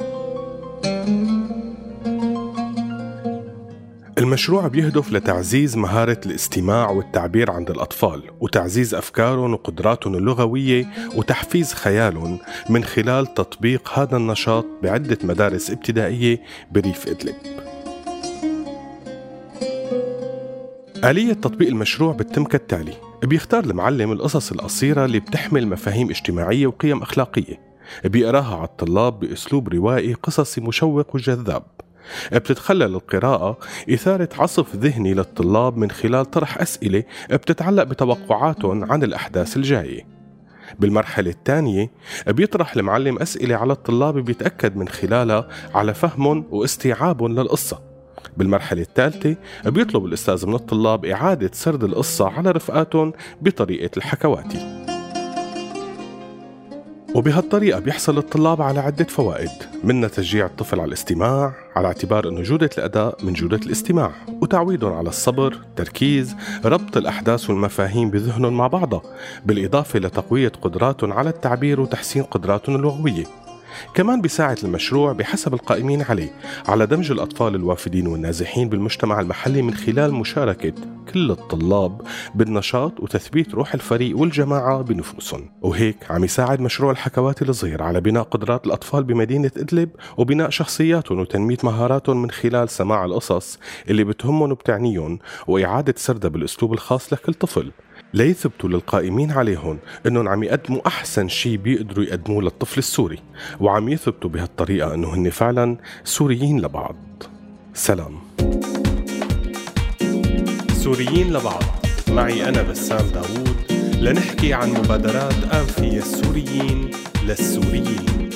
المشروع بيهدف لتعزيز مهارة الاستماع والتعبير عند الأطفال وتعزيز أفكارهم وقدراتهم اللغوية وتحفيز خيالهم من خلال تطبيق هذا النشاط بعدة مدارس ابتدائية بريف إدلب. آلية تطبيق المشروع بتتم كالتالي: بيختار المعلم القصص القصيرة اللي بتحمل مفاهيم اجتماعية وقيم أخلاقية، بيقراها على الطلاب بأسلوب روائي قصصي مشوق وجذاب. بتتخلل القراءة إثارة عصف ذهني للطلاب من خلال طرح أسئلة بتتعلق بتوقعاتهم عن الأحداث الجاية. بالمرحلة الثانية بيطرح المعلم أسئلة على الطلاب بيتأكد من خلالها على فهمهم واستيعابهم للقصة. بالمرحلة الثالثة بيطلب الأستاذ من الطلاب إعادة سرد القصة على رفقاتهم بطريقة الحكواتي. وبهالطريقة بيحصل الطلاب على عدة فوائد، منها تشجيع الطفل على الاستماع على اعتبار أنه جودة الأداء من جودة الاستماع، وتعويدهم على الصبر، تركيز، ربط الأحداث والمفاهيم بذهنهم مع بعضها، بالإضافة لتقوية قدراتهم على التعبير وتحسين قدراتهم اللغوية. كمان بيساعد المشروع بحسب القائمين عليه على دمج الأطفال الوافدين والنازحين بالمجتمع المحلي من خلال مشاركة كل الطلاب بالنشاط وتثبيت روح الفريق والجماعة بنفوسهم. وهيك عم يساعد مشروع الحكوات الصغير على بناء قدرات الأطفال بمدينة إدلب وبناء شخصياتهم وتنمية مهاراتهم من خلال سماع القصص اللي بتهمهم وبتعنيهم وإعادة سردها بالأسلوب الخاص لكل طفل، ليثبتوا للقائمين عليهم أنهم عم يقدموا أحسن شيء بيقدروا يقدموه للطفل السوري، وعم يثبتوا بهالطريقة أنه هن فعلا سوريين لبعض. سلام. سوريين لبعض، معي أنا بسام داوود، لنحكي عن مبادرات آنفية السوريين للسوريين.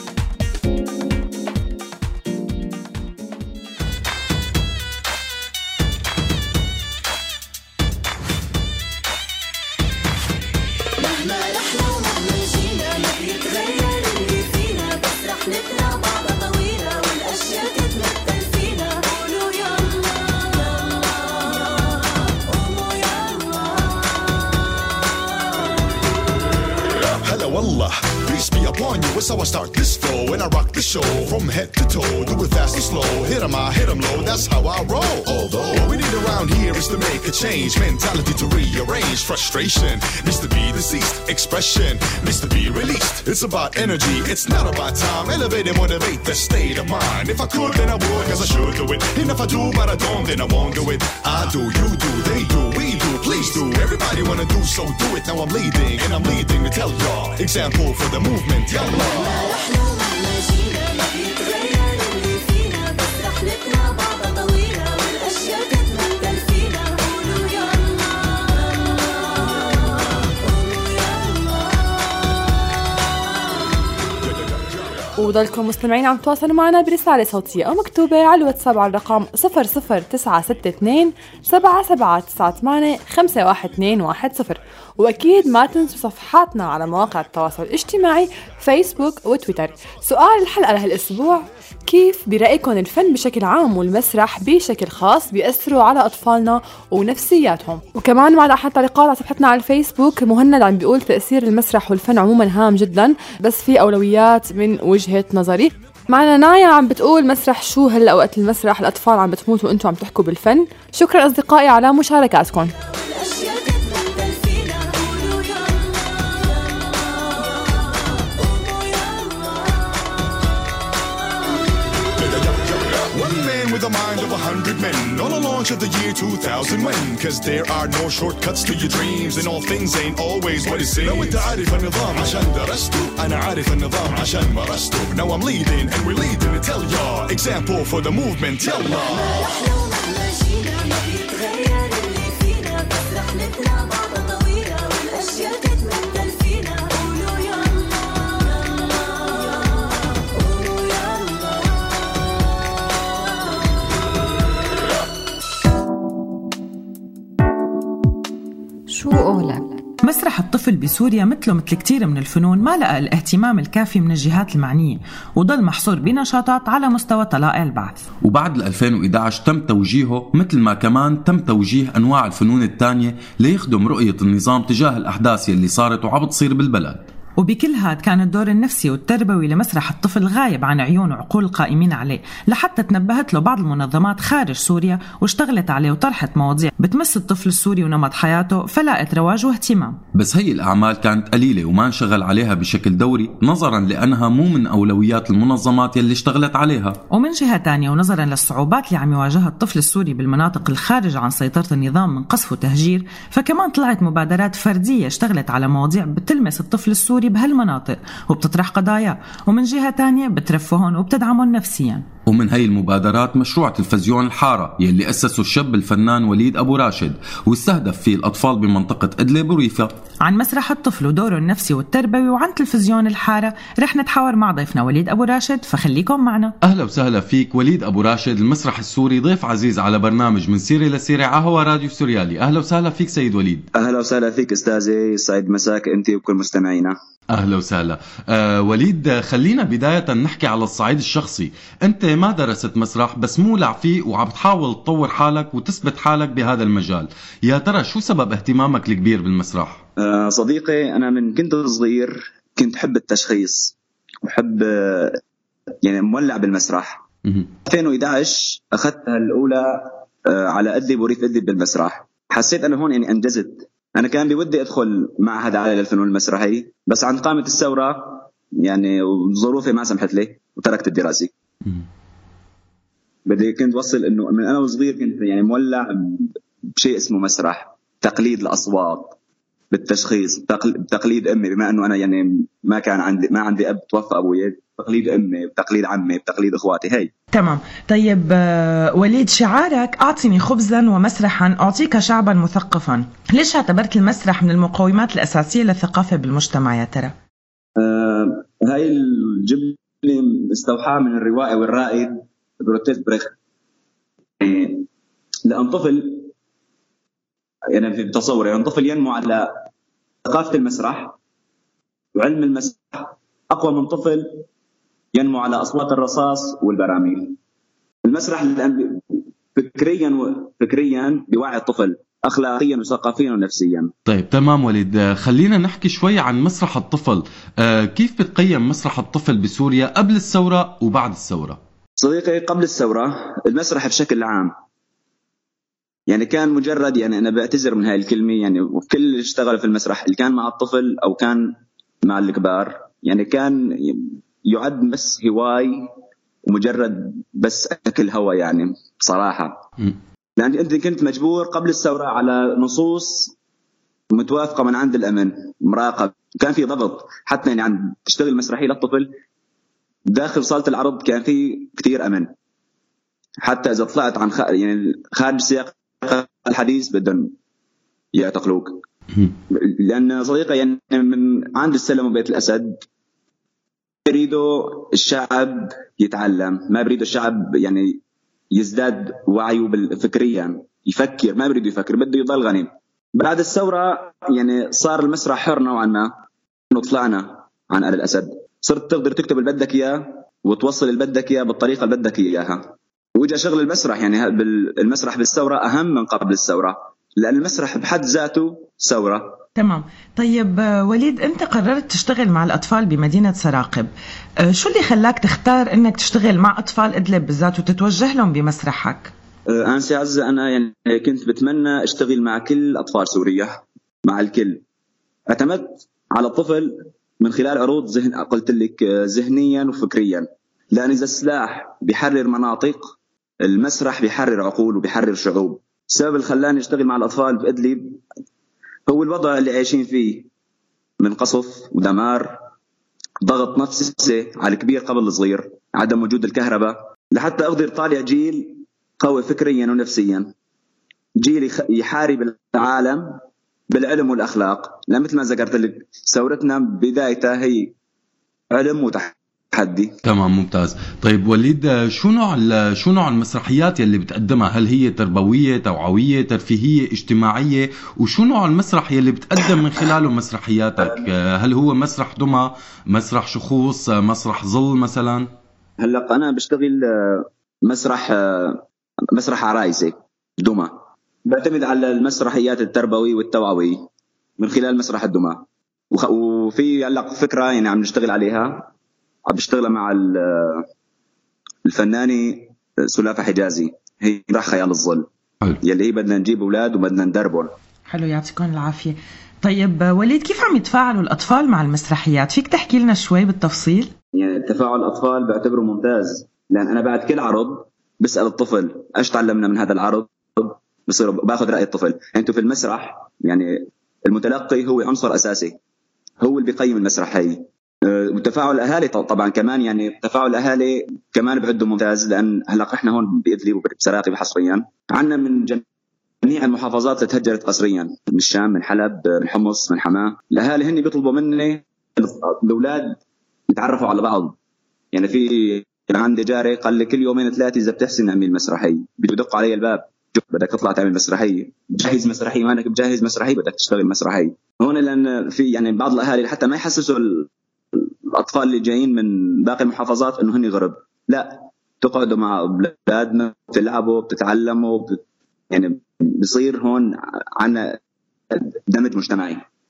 Peace be upon you, it's how I start this flow. And I rock the show from head to toe. Do it fast and slow, hit 'em high, hit 'em low. That's how I roll. Although what we need around here is to make a change. Mentality to rearrange. Frustration needs to be deceased. Expression needs to be released. It's about energy, it's not about time. Elevate and motivate the state of mind. If I could, then I would, cause I should do it. And if I do, but I don't, then I won't do it. I do, you do, they do, we do, please do. Everybody wanna do, so do it. Now I'm leading, and I'm leading to tell y'all. Example for the movement, y'all. وضلكم مستمعين عم تواصلوا معنا برسالة صوتية أو مكتوبة على الواتساب على الرقم صفر صفر تسعة ستة اثنين سبعة سبعة تسعة ثمانية خمسة واحد اثنين واحد صفر. وأكيد ما تنسوا صفحاتنا على مواقع التواصل الاجتماعي فيسبوك وتويتر. سؤال الحلقة لهالأسبوع: كيف برأيكم الفن بشكل عام والمسرح بشكل خاص بيأثروا على أطفالنا ونفسياتهم؟ وكمان معنا أحد تعليقات على صفحتنا على الفيسبوك، مهند عم بيقول تأثير المسرح والفن عموما هام جدا، بس في أولويات من وجهة نظري. معنا نايا عم بتقول مسرح شو هلا وقت المسرح الأطفال عم بتموت وأنتم عم تحكوا بالفن. شكرا أصدقائي على مشاركاتكم. The mind of a hundred men on a launch of the year two thousand when cause there are no shortcuts to your dreams and all things ain't always what it seems. لو انت عارف النظام عشان درسته انا عارف النظام عشان مرسته. Now I'm leading and we're leading to tell y'all. Example for the movement, يلا. شو قولك؟ مسرح الطفل بسوريا مثله مثل كتير من الفنون ما لقى الاهتمام الكافي من الجهات المعنية، وضل محصور بنشاطات على مستوى طلائع البعث. وبعد ألفين وإحدى عشر تم توجيهه مثل ما كمان تم توجيه أنواع الفنون التانية ليخدم رؤية النظام تجاه الأحداث اللي صارت وعم تصير بالبلد. وبكل هاد كان الدور النفسي والتربوي لمسرح الطفل غايب عن عيون وعقول القائمين عليه، لحتى تنبهت له بعض المنظمات خارج سوريا واشتغلت عليه وطرحت مواضيع بتمس الطفل السوري ونمط حياته، فلاقت رواج واهتمام. بس هي الأعمال كانت قليلة وما انشغل عليها بشكل دوري، نظرا لأنها مو من أولويات المنظمات يلي اشتغلت عليها. ومن جهة تانية ونظرا للصعوبات اللي عم يواجهها الطفل السوري بالمناطق الخارج عن سيطرة النظام من قصف وتهجير، فكمان طلعت مبادرات فردية اشتغلت على مواضيع بتلمس الطفل السوري بهالمناطق وبتطرح قضايا، ومن جهة تانية بترفهن وبتدعمهم نفسيا. ومن هاي المبادرات مشروع تلفزيون الحارة يلي أسسه الشاب الفنان وليد أبو راشد، واستهدف فيه الأطفال بمنطقة إدلب وريفة. عن مسرح الطفل ودوره النفسي والتربوي وعن تلفزيون الحارة رح نتحاور مع ضيفنا وليد أبو راشد، فخليكم معنا. أهلا وسهلا فيك وليد أبو راشد، المسرح السوري، ضيف عزيز على برنامج من سيرة لسيرة على هوا راديو سوريالي. أهلا وسهلا فيك سيد وليد. أهلا وسهلا فيك أستاذي، سعيد مساك أنت وكل مستمعينا. أهلا وسهلا. أه وليد، خلينا بداية نحكي على الصعيد الشخصي. أنت ما درست مسرح بس مولع فيه وعم تحاول تطور حالك وتثبت حالك بهذا المجال، يا ترى شو سبب اهتمامك الكبير بالمسرح؟ أه صديقي، أنا من كنت صغير كنت حب التشخيص، وحب يعني مولع بالمسرح. ألفين وإحدى عشر أخذتها الأولى على أدلب وريف أدلب بالمسرح. حسيت أنا هون يعني أنجزت. أنا كان بودي أدخل معهد عالي للفنون المسرحي، بس عند قامة الثورة يعني ظروفي ما سمحت لي وتركت الدراسة. بدي كنت وصل إنه من أنا وصغير كنت يعني مولع بشيء اسمه مسرح، تقليد الأصوات بالتشخيص، بتقليد أمي، بما أنه أنا يعني ما كان عندي ما عندي أب، توفى أبوي، تقليد أمي بتقليد عمي بتقليد إخواتي. هاي تمام. طيب وليد، شعارك أعطني خبزا ومسرحا أعطيك شعبا مثقفا، ليش اعتبرت المسرح من المقومات الأساسية للثقافة بالمجتمع يا ترى؟ آه هاي الجملة استوحاها من الروائي والرائد بروتيست بريخت. يعني لأن طفل يعني في تصوري يعني طفل ينمو على ثقافة المسرح وعلم المسرح أقوى من طفل ينمو على أصوات الرصاص والبراميل. المسرح لأن فكريا وفكريا بيوعي الطفل أخلاقيا وثقافيا ونفسيا. طيب تمام وليد، خلينا نحكي شوي عن مسرح الطفل. آه كيف بتقيم مسرح الطفل بسوريا قبل الثورة وبعد الثورة؟ صديقي، قبل الثورة المسرح بشكل عام يعني كان مجرد، يعني أنا بعتذر من هاي الكلمة، يعني وكل اللي اشتغل في المسرح اللي كان مع الطفل أو كان مع الكبار يعني كان يعد بس هواي ومجرد بس أكل هوا يعني صراحة. م. لأن أنت كنت مجبور قبل الثورة على نصوص متوافقة من عند الأمن، مراقب، كان في ضغط حتى يعني عن تشتغل مسرحية للطفل داخل صالة العرض كان في كتير أمن، حتى إذا طلعت عن خ... يعني خارج سياق الحديث بدهم يعتقلوك. لأن صديقي يعني من عند السلم وبيت الأسد يريدوا الشعب يتعلم، ما بريدوا الشعب يعني يزداد وعيه فكريا، يفكر، ما بريدوا يفكر، بده يضل غني. بعد الثورة يعني صار المسرح حر نوعا ما، إنه طلعنا عن آل الأسد، صرت تقدر تكتب اللي بدك إياه وتوصل اللي بدك إياه بالطريقة اللي بدك إياها. وجاء شغل المسرح يعني المسرح بالثورة أهم من قبل الثورة، لأن المسرح بحد ذاته ثورة. تمام. طيب وليد، أنت قررت تشتغل مع الأطفال بمدينة سراقب، شو اللي خلاك تختار أنك تشتغل مع أطفال إدلب بالذات وتتوجه لهم بمسرحك؟ أنسي عزة، أنا يعني كنت بتمنى أشتغل مع كل أطفال سوريا، مع الكل. اعتمدت على الطفل من خلال عروض ذهن، قلت لك ذهنيا وفكريا، لأن إذا السلاح بيحرر مناطق، المسرح بيحرر عقول وبيحرر شعوب. السبب اللي خلاني أشتغل مع الأطفال بإدلب هو الوضع اللي عايشين فيه من قصف ودمار، ضغط نفسي على الكبير قبل الصغير، عدم وجود الكهرباء، لحتى أقدر طالع جيل قوي فكريا ونفسيا، جيل يحارب العالم بالعلم والأخلاق. لأن مثل ما ذكرت لك ثورتنا بدايتها هي علم وتحدي. تمام، ممتاز. طيب وليد، شو نوع شو نوع المسرحيات يلي بتقدمها؟ هل هي تربوية، توعوية، ترفيهية، اجتماعية؟ وشو نوع المسرح يلي بتقدم من خلاله مسرحياتك؟ هل هو مسرح دمى، مسرح شخوص، مسرح ظل مثلا؟ هلا أنا بشتغل مسرح مسرح عرايسي دمى، بعتمد على المسرحيات التربوي والتوعوي من خلال مسرح الدمى. وفي هلا فكرة يعني عم نشتغل عليها، عم بشتغل مع الفنانة سلافة حجازي، هي راح خيال الظل يلي هي بدنا نجيب أولاد وبدنا ندربهم. حلو، يعطيكم العافية. طيب وليد، كيف عم يتفاعلوا الأطفال مع المسرحيات؟ فيك تحكي لنا شوي بالتفصيل؟ يعني تفاعل الأطفال بعتبره ممتاز، لأن أنا بعد كل عرض بسأل الطفل ايش تعلمنا من هذا العرض، بصير باخذ رأي الطفل. انتوا في المسرح يعني المتلقي هو عنصر أساسي، هو اللي بيقيم المسرح. هي وتفاعل الأهالي طبعا كمان، يعني تفاعل الأهالي كمان بعده ممتاز، لأن هلا احنا هون بإدلب وبسراقب حصريا عنا من جميع المحافظات تهجرت قسريا، من الشام، من حلب، من حمص، من حماه. الأهالي هن بيطلبوا مني الأولاد يتعرفوا على بعض. يعني في عندي جاري قال لي كل يومين ثلاثة إذا بتحسن نعمل مسرحية، بدق علي الباب، شوف بدك تطلع تعمل مسرحية، بجهز مسرحية، ما انك بجهز مسرحية بدك تشتغل مسرحية هون. لأن في يعني بعض الأهالي حتى ما يحسسوا الأطفال اللي جايين من باقي المحافظات إنه هني غرب، لا، تقعدوا مع أولادنا، بتلعبوا، بتتعلموا، بت... يعني بصير هون عنا دمج مجتمعي.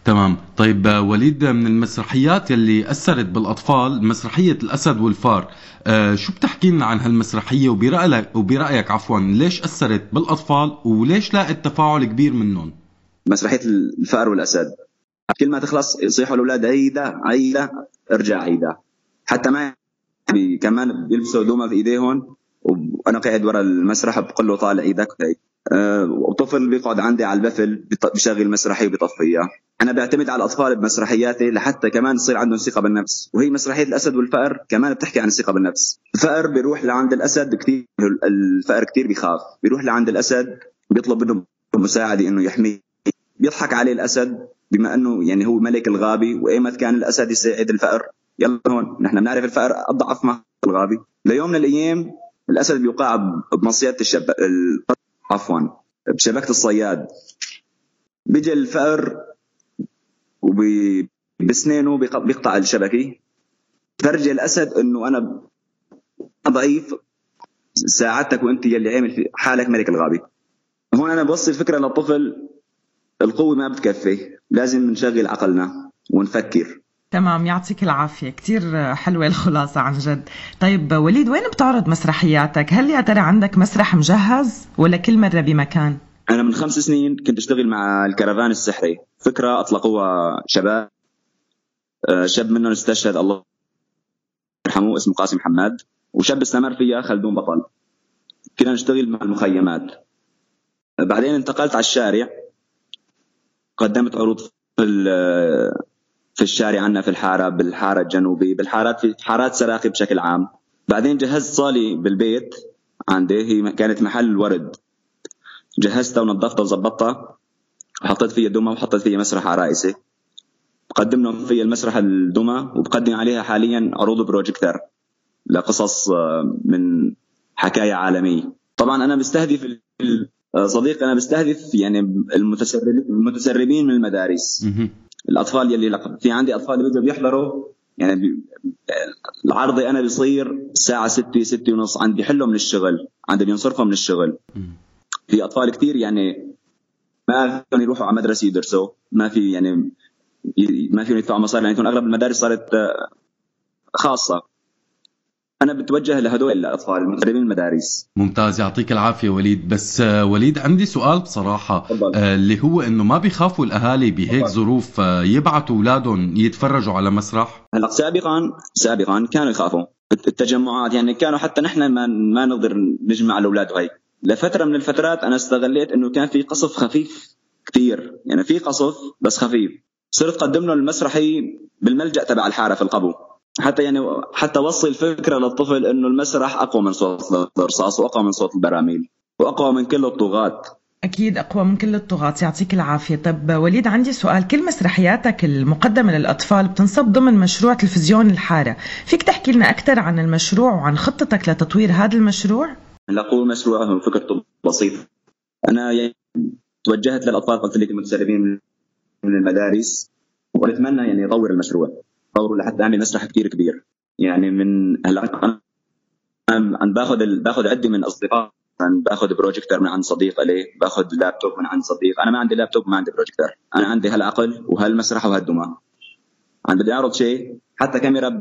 تمام. طيب وليد، من المسرحيات اللي أثرت بالأطفال مسرحية الأسد والفار، أه شو بتحكي لنا عن هالمسرحية وبرأيك, وبرأيك عفوا ليش أثرت بالأطفال وليش لاقت تفاعل كبير منهم؟ مسرحية الفأر والأسد كل ما تخلص يصيحوا الأولاد عيدة عيدة ارجع عيدة، حتى ما كمان بيلبسوا دومة في إيديهم وأنا قاعد ورا المسرح بقول له طالع إيدك هيك. أه وطفل بيقعد عندي على البفل بيشغل مسرحية وبيطفيها. أنا بعتمد على الأطفال بمسرحياتي لحتى كمان يصير عندهم ثقة بالنفس، وهي مسرحية الأسد والفأر كمان بتحكي عن الثقة بالنفس. الفأر بيروح لعند الأسد كتير، الفأر كتير بيخاف، بيروح لعند الأسد بيطلب منه مساعدة إنه يحميه، بيضحك عليه الأسد بما أنه يعني هو ملك الغابي، وإيمت كان الأسد يساعد الفأر. يلا هون نحن بنعرف الفأر أضعف مع الغابي. ليوم من الأيام الأسد بيوقع بمصيدة الشب عفوا بشبكة الصياد. بيجي الفأر وبسنينه بيقطع الشبكة، فرجي الأسد إنه أنا ضعيف، ساعدتك وأنت يلي عامل في حالك ملك الغابي. هون أنا بوصل الفكرة للطفل، القوة ما بتكفي، لازم نشغل عقلنا ونفكر. تمام، يعطيك العافية، كتير حلوة الخلاصة عن جد. طيب وليد، وين بتعرض مسرحياتك؟ هل يا ترى عندك مسرح مجهز ولا كل مرة بمكان؟ أنا من خمس سنين كنت أشتغل مع الكرفان السحري، فكرة أطلقوها شباب، شاب منهم استشهد الله يرحمه اسمه قاسم حماد، وشاب استمر فيها خلدون بطل. كنا نشتغل مع المخيمات. بعدين انتقلت على الشارع، قدمت عروض في في الشارع عنا في الحارة، بالحارة الجنوبي، بالحارات، في حارات سراقي بشكل عام. بعدين جهزت صالي بالبيت عندي، هي كانت محل ورد، جهزتها ونظفتها وظبطتها وحطيت فيها دمى وحطيت فيها مسرح عرائسي. بقدم لهم فيها المسرح الدمى، وبقدم عليها حاليا عروض بروجيكتر لقصص من حكاية عالمية. طبعا أنا بستهدف صديق أنا بستهدف يعني المتسربين من المدارس، الأطفال يلي في عندي أطفال بيجوا بيحضروا يعني بي... العرضي أنا بيصير الساعة ستة ستة ونص، عندي بيحلوا من الشغل، عندي بينصرفوا من الشغل. في أطفال كتير يعني ما فيهم يروحوا على مدرسة يدرسوا، ما في يعني ما فيهم يدفعوا مصاري، لأن أغلب المدارس صارت خاصة. أنا بتوجه لهدول الأطفال المتدربين المدارس. ممتاز، يعطيك العافية وليد. بس وليد عندي سؤال بصراحة، آه اللي هو إنه ما بيخافوا الأهالي بهيك ظروف آه يبعتوا أولادهم يتفرجوا على مسرح؟ هلا سابقا سابقا كانوا يخافوا التجمعات، يعني كانوا حتى نحن ما ما نقدر نجمع الأولاد وهي. لفترة من الفترات أنا استغليت إنه كان في قصف خفيف كتير، يعني في قصف بس خفيف، صرت قدم له المسرحي بالملجأ تبع الحارة في القبو، حتى يعني حتى وصل الفكرة للطفل إنه المسرح أقوى من صوت الرصاص وأقوى من صوت البراميل وأقوى من كل الطغاة. أكيد أقوى من كل الطغاة، يعطيك العافية. طب وليد، عندي سؤال، كل مسرحياتك المقدمة للأطفال بتنصب ضمن مشروع تلفزيون الحارة، فيك تحكي لنا أكثر عن المشروع وعن خطتك لتطوير هذا المشروع؟ لقوا مشروع فكرته بسيطة. أنا يعني توجهت للأطفال، قلت لك المتسربين من المدارس، وأتمنى يعني يطور المشروع، طوروا لحتى أعمل مسرح كتير كبير. يعني من هلا أنا باخذ باخذ عدة من أصدقاء، أنا باخذ بروجيكتور من عند صديق لي، باخذ لابتوب من عند صديق. أنا ما عندي لابتوب ما عندي بروجيكتور، أنا عندي هالعقل وهالمسرح وهالدمى. أنا بدي أعرض شيء، حتى كاميرا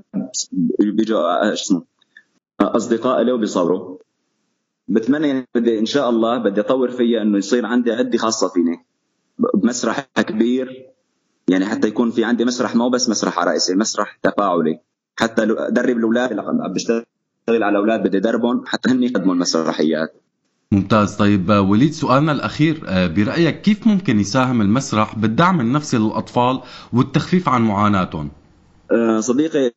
بيجوا اسمه أصدقاء لي وبيصوروا. بتمنى يعني بدي إن شاء الله بدي أطور فيها إنه يصير عندي عدة خاصة فيني بمسرح كبير، يعني حتى يكون في عندي مسرح مو بس مسرح عرائسي، مسرح تفاعلي، حتى أدرب الأولاد. لما بشتغل على الأولاد بدي أدربهم حتى هن يقدموا المسرحيات. ممتاز. طيب وليد، سؤالنا الأخير، برأيك كيف ممكن يساهم المسرح بالدعم النفسي للأطفال والتخفيف عن معاناتهم؟ أه صديقي،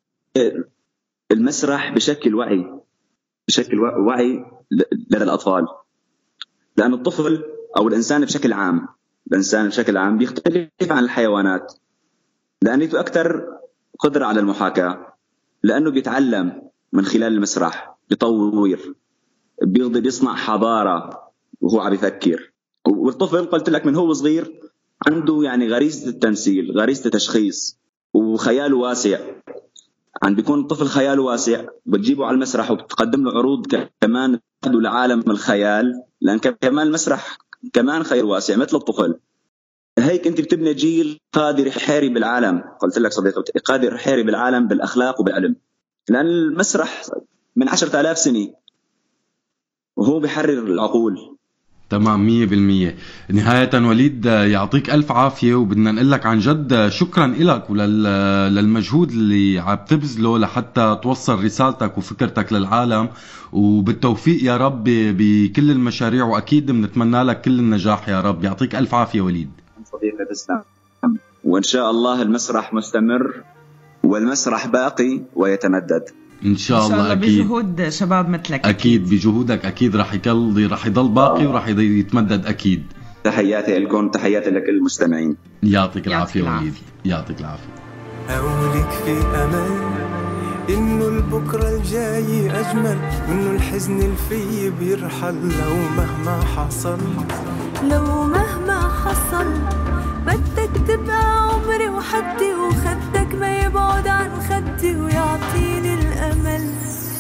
المسرح بشكل وعي بشكل وعي لدى الأطفال، لأن الطفل أو الإنسان بشكل عام الإنسان بشكل عام بيختلف عن الحيوانات، لأنه أكثر قدرة على المحاكاة، لأنه بيتعلم من خلال المسرح، بيطور، بيقدر يصنع حضارة وهو عم يفكر. والطفل قلت لك من هو صغير عنده يعني غريزة التمثيل، غريزة التشخيص، وخياله واسع. عم بيكون الطفل خياله واسع، بتجيبه على المسرح وبتقدم له عروض كمان تدعو لعالم الخيال، لأن كمان المسرح كمان خيال واسع مثل الطفل. هيك أنت بتبني جيل قادر يحارب العالم. قلت لك صديقتي قادر يحارب العالم بالأخلاق وبالعلم، لأن المسرح من عشرة آلاف سنة وهو بيحرر العقول. تمام مية بالمية. نهاية وليد يعطيك ألف عافية، وبدنا نقول لك عن جد شكرا لك وللمجهود اللي عم تبذله لحتى توصل رسالتك وفكرتك للعالم، وبالتوفيق يا رب بكل المشاريع، وأكيد بنتمنى لك كل النجاح يا رب. يعطيك ألف عافية وليد. صديقي تسلم، وإن شاء الله المسرح مستمر والمسرح باقي ويتمدد إن شاء الله. إن شاء الله أكيد بجهود شباب مثلك. أكيد, أكيد بجهودك أكيد رح يضل رح يضل باقي ورح يتمدد أكيد. تحياتي لكم، تحياتي لكل المستمعين. يعطيك العافية وليد، يعطيك العافية. أولك في أمل إنه البكرة الجاي أجمل، إنه الحزن الفي بيرحل لو مهما حصل. لو مهما حصل بدك تبقى عمري وحدي، وخدك ما يبعد عن خدي ويعطيني الأمل.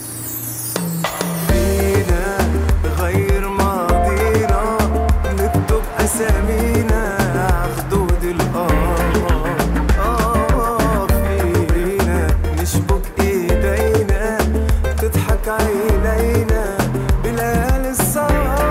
فينا غير ماضينا نكتب أسامينا خدود القمر. آه فينا نشبك إيدينا تضحك عينينا بليالي السهر.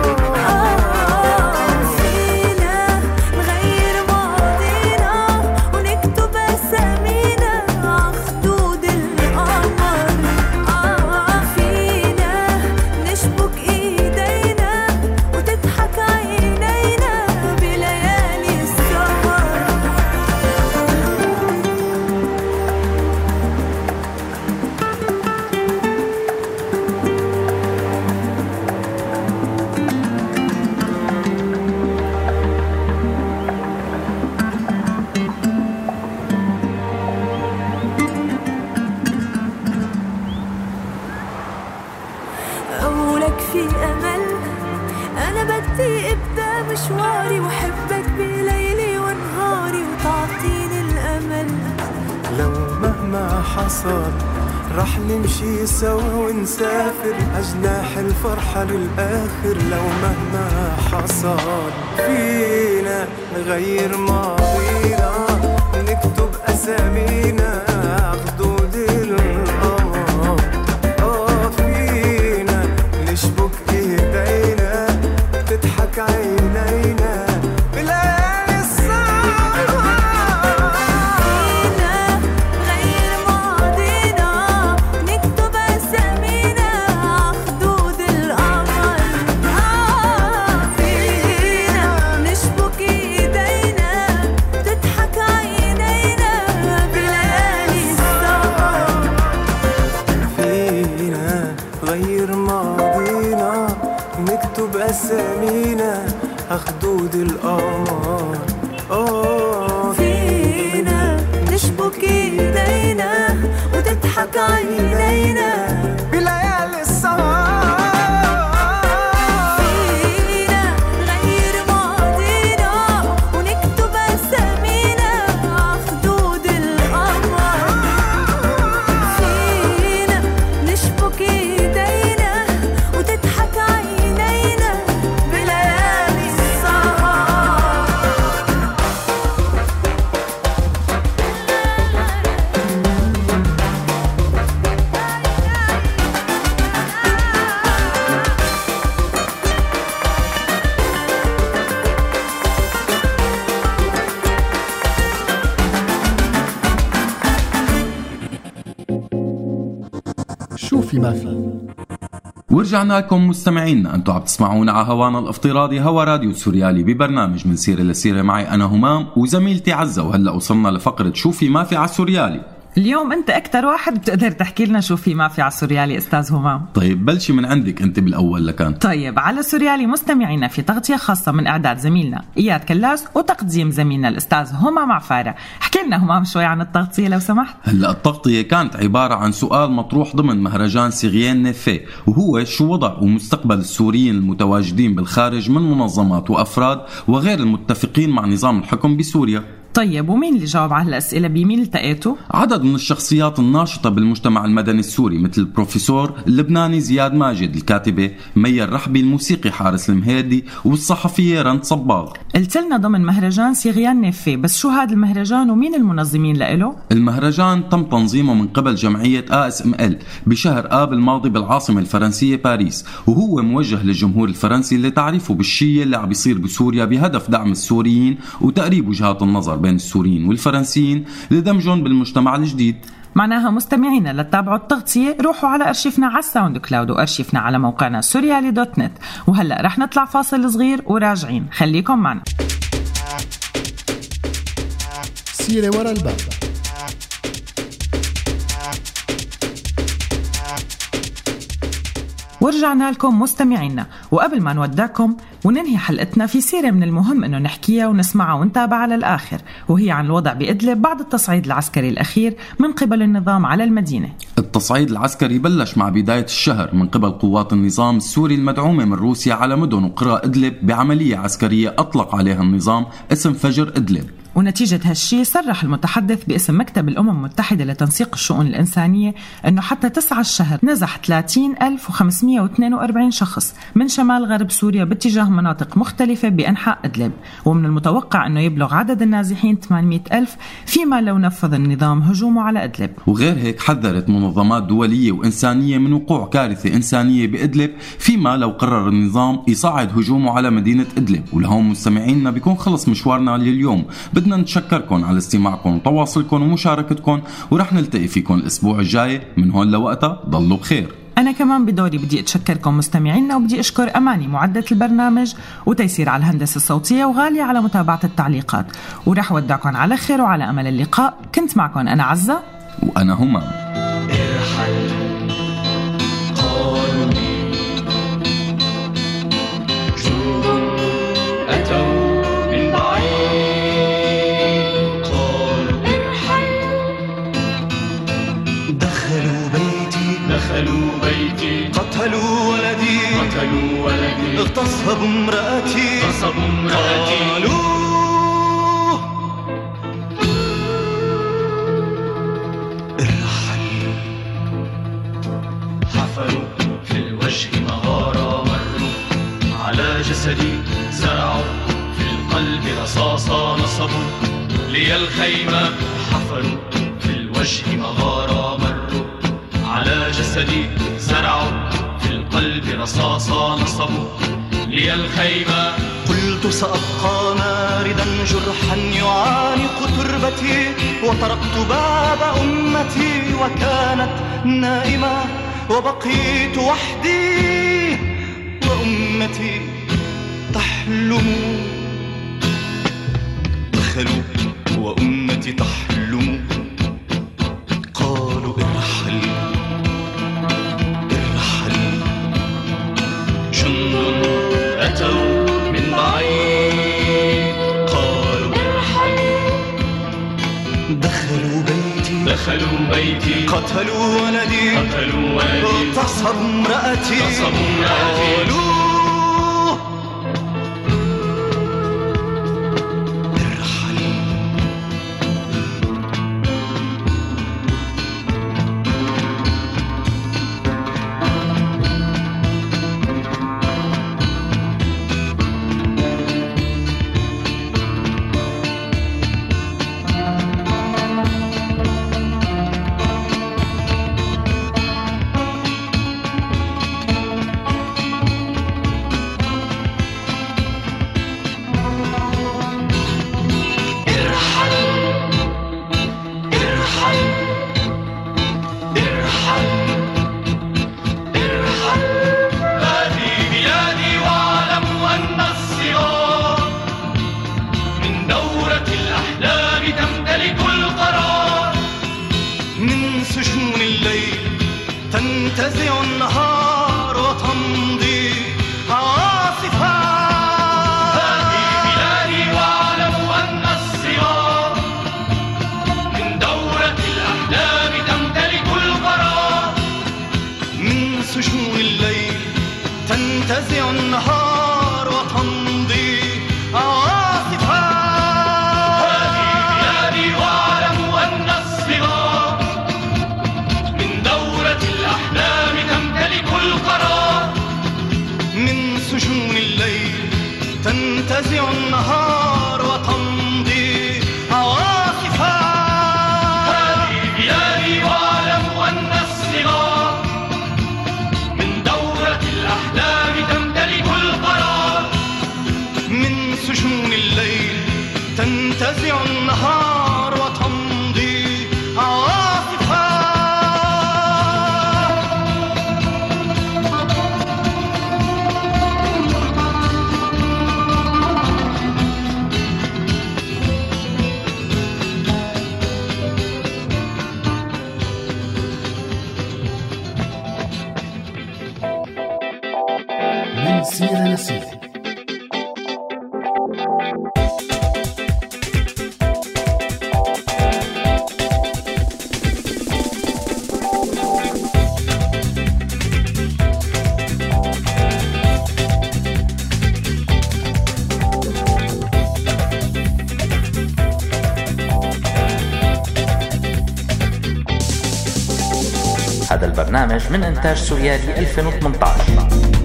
مشواري وحبك بليلي ونهاري وتعطيني الأمل. لو مهما حصل رح نمشي سوا ونسافر أجناح الفرحة للآخر. لو مهما حصل فينا نغير ماضينا نكتب أسامينا خدود القمر. آه فينا نشبك إيدينا تضحك عينينا بليالي السهر. فينا غير ماضينا نكتب أسامينا خدود القمر. آه فينا نشبك إيدينا تضحك عينينا بليالي السهر. فينا غير ماضينا نكتب أسامينا خدود القمر. آه فينا نشبك إيدينا وتضحك عينينا بليالي السهر. فينا غير ماضينا ونكتب أسامينا خدود القمر. فينا نشبك إيدينا وتضحك عينينا بليالي السهر. شوفي ما في. ورجعنا لكم مستمعينا، انتم عم تسمعونا على هوانا الافتراضي هوا راديو سوريالي ببرنامج من سيرة لسيرة. معي انا همام وزميلتي عزة، وهلا وصلنا لفقرة شوفي ما في على سوريالي. اليوم انت اكتر واحد بتقدر تحكي لنا شو في ما في على سوريالي استاذ همام. طيب بلشي من عندك انت بالاول لكان. طيب على سوريالي مستمعينا في تغطية خاصة من اعداد زميلنا اياد كلاس وتقديم زميلنا الاستاذ همام عفارة. احكي لنا همام شوي عن التغطية لو سمحت. هلا التغطية كانت عبارة عن سؤال مطروح ضمن مهرجان سيغيان نيفي، وهو شو وضع ومستقبل السوريين المتواجدين بالخارج من منظمات وافراد وغير المتفقين مع نظام الحكم بسوريا. طيب ومين اللي جاوب على هالأسئلة؟ بمين التقيتوا؟ عدد من الشخصيات الناشطة بالمجتمع المدني السوري، مثل البروفيسور اللبناني زياد ماجد، الكاتبة مي الرحبي، الموسيقي حارس المهيدي، والصحفية رند صباغ. قلت لنا ضمن مهرجان سيغيان نيفي، بس شو هذا المهرجان ومين المنظمين لإله؟ المهرجان تم تنظيمه من قبل جمعية إيه إس إم إل بشهر آب الماضي بالعاصمة الفرنسية باريس، وهو موجه للجمهور الفرنسي اللي تعرفه بالشيء اللي عم بيصير بسوريا بهدف دعم السوريين وتقريب وجهات النظر بين السوريين والفرنسيين لدمجهم بالمجتمع الجديد. معناها مستمعينا لتتابعوا التغطية روحوا على أرشيفنا على الساوند كلاود وأرشيفنا على موقعنا سوريالي دوت نت. وهلأ رح نطلع فاصل صغير وراجعين، خليكم معنا. سيرة ورا الباب. ورجعنا لكم مستمعينا، وقبل ما نودعكم وننهي حلقتنا في سيرة من المهم انه نحكيها ونسمعها ونتابعها للآخر، وهي عن الوضع بإدلب بعد التصعيد العسكري الأخير من قبل النظام على المدينة. التصعيد العسكري بلش مع بداية الشهر من قبل قوات النظام السوري المدعومة من روسيا على مدن وقرى إدلب بعملية عسكرية أطلق عليها النظام اسم فجر إدلب. ونتيجة هالشي صرح المتحدث باسم مكتب الأمم المتحدة لتنسيق الشؤون الإنسانية أنه حتى تسعة الشهر نزح ثلاثين ألف وخمسمائة واثنين وأربعين شخص من شمال غرب سوريا باتجاه مناطق مختلفة بأنحاء إدلب، ومن المتوقع أنه يبلغ عدد النازحين ثمانمائة ألف فيما لو نفذ النظام هجومه على إدلب. وغير هيك حذرت منظمات دولية وإنسانية من وقوع كارثة إنسانية بإدلب فيما لو قرر النظام يصعد هجومه على مدينة إدلب. ولهم مستمعينا بيكون خلص مشوارنا لليوم، بدنا نتشكركم على استماعكم وتواصلكم ومشاركتكم، ورح نلتقي فيكم الأسبوع الجاي. من هون لوقتها ضلوا بخير. أنا كمان بدوري بدي أتشكركم مستمعينا، وبدي أشكر أماني معدة البرنامج وتيسير على الهندسة الصوتية وغالية على متابعة التعليقات، ورح ودعكم على خير وعلى أمل اللقاء. كنت معكم أنا عزة وأنا همام. دخلوا بيتي قتلوا ولدي قتلوا ولدي اغتصبوا امرأتي اغتصبوا امرأتي قالوا ارحل. حفروا في الوجه مغارة، مروا على جسدي زرعوا في القلب رصاصة، نصبوا لي الخيمة. حفروا في الوجه مغارة، مروا على جسدي زرعوا في القلب رصاصا، نصبوا لي الخيمة. قلت سأبقى ماردا جرحا يعانق تربتي، وطرقت باب أمتي وكانت نائمة، وبقيت وحدي وأمتي تحلم. دخلوا وأمتي تحلم، قالوا ارحل أتوا من بعيد، قالوا ارحل. دخلوا بيتي دخلوا بيتي قتلوا ولدي قتلوا ولدي اغتصبوا امرأتي اغتصبوا امرأتي قالوا تنتزع النهار وتمضي عاصفا. هذه بلادي واعلم أن الصغار من دورة الأحلام تمتلك القرار. من سجون الليل تنتزع النهار وتمضي عاصفا. هذه بلادي واعلم أن الصغار من دورة الأحلام تمتلك النهار وتمضي عواصفها. هذه بلادي واعلم أن الصغار من دورة الأحلام تمتلك القرار. من سجون الليل تنتزع النهار وتمضي عواصفها. من سيرة لسيرة. هذا البرنامج من إنتاج سوريالي ألفين وثمانية عشر.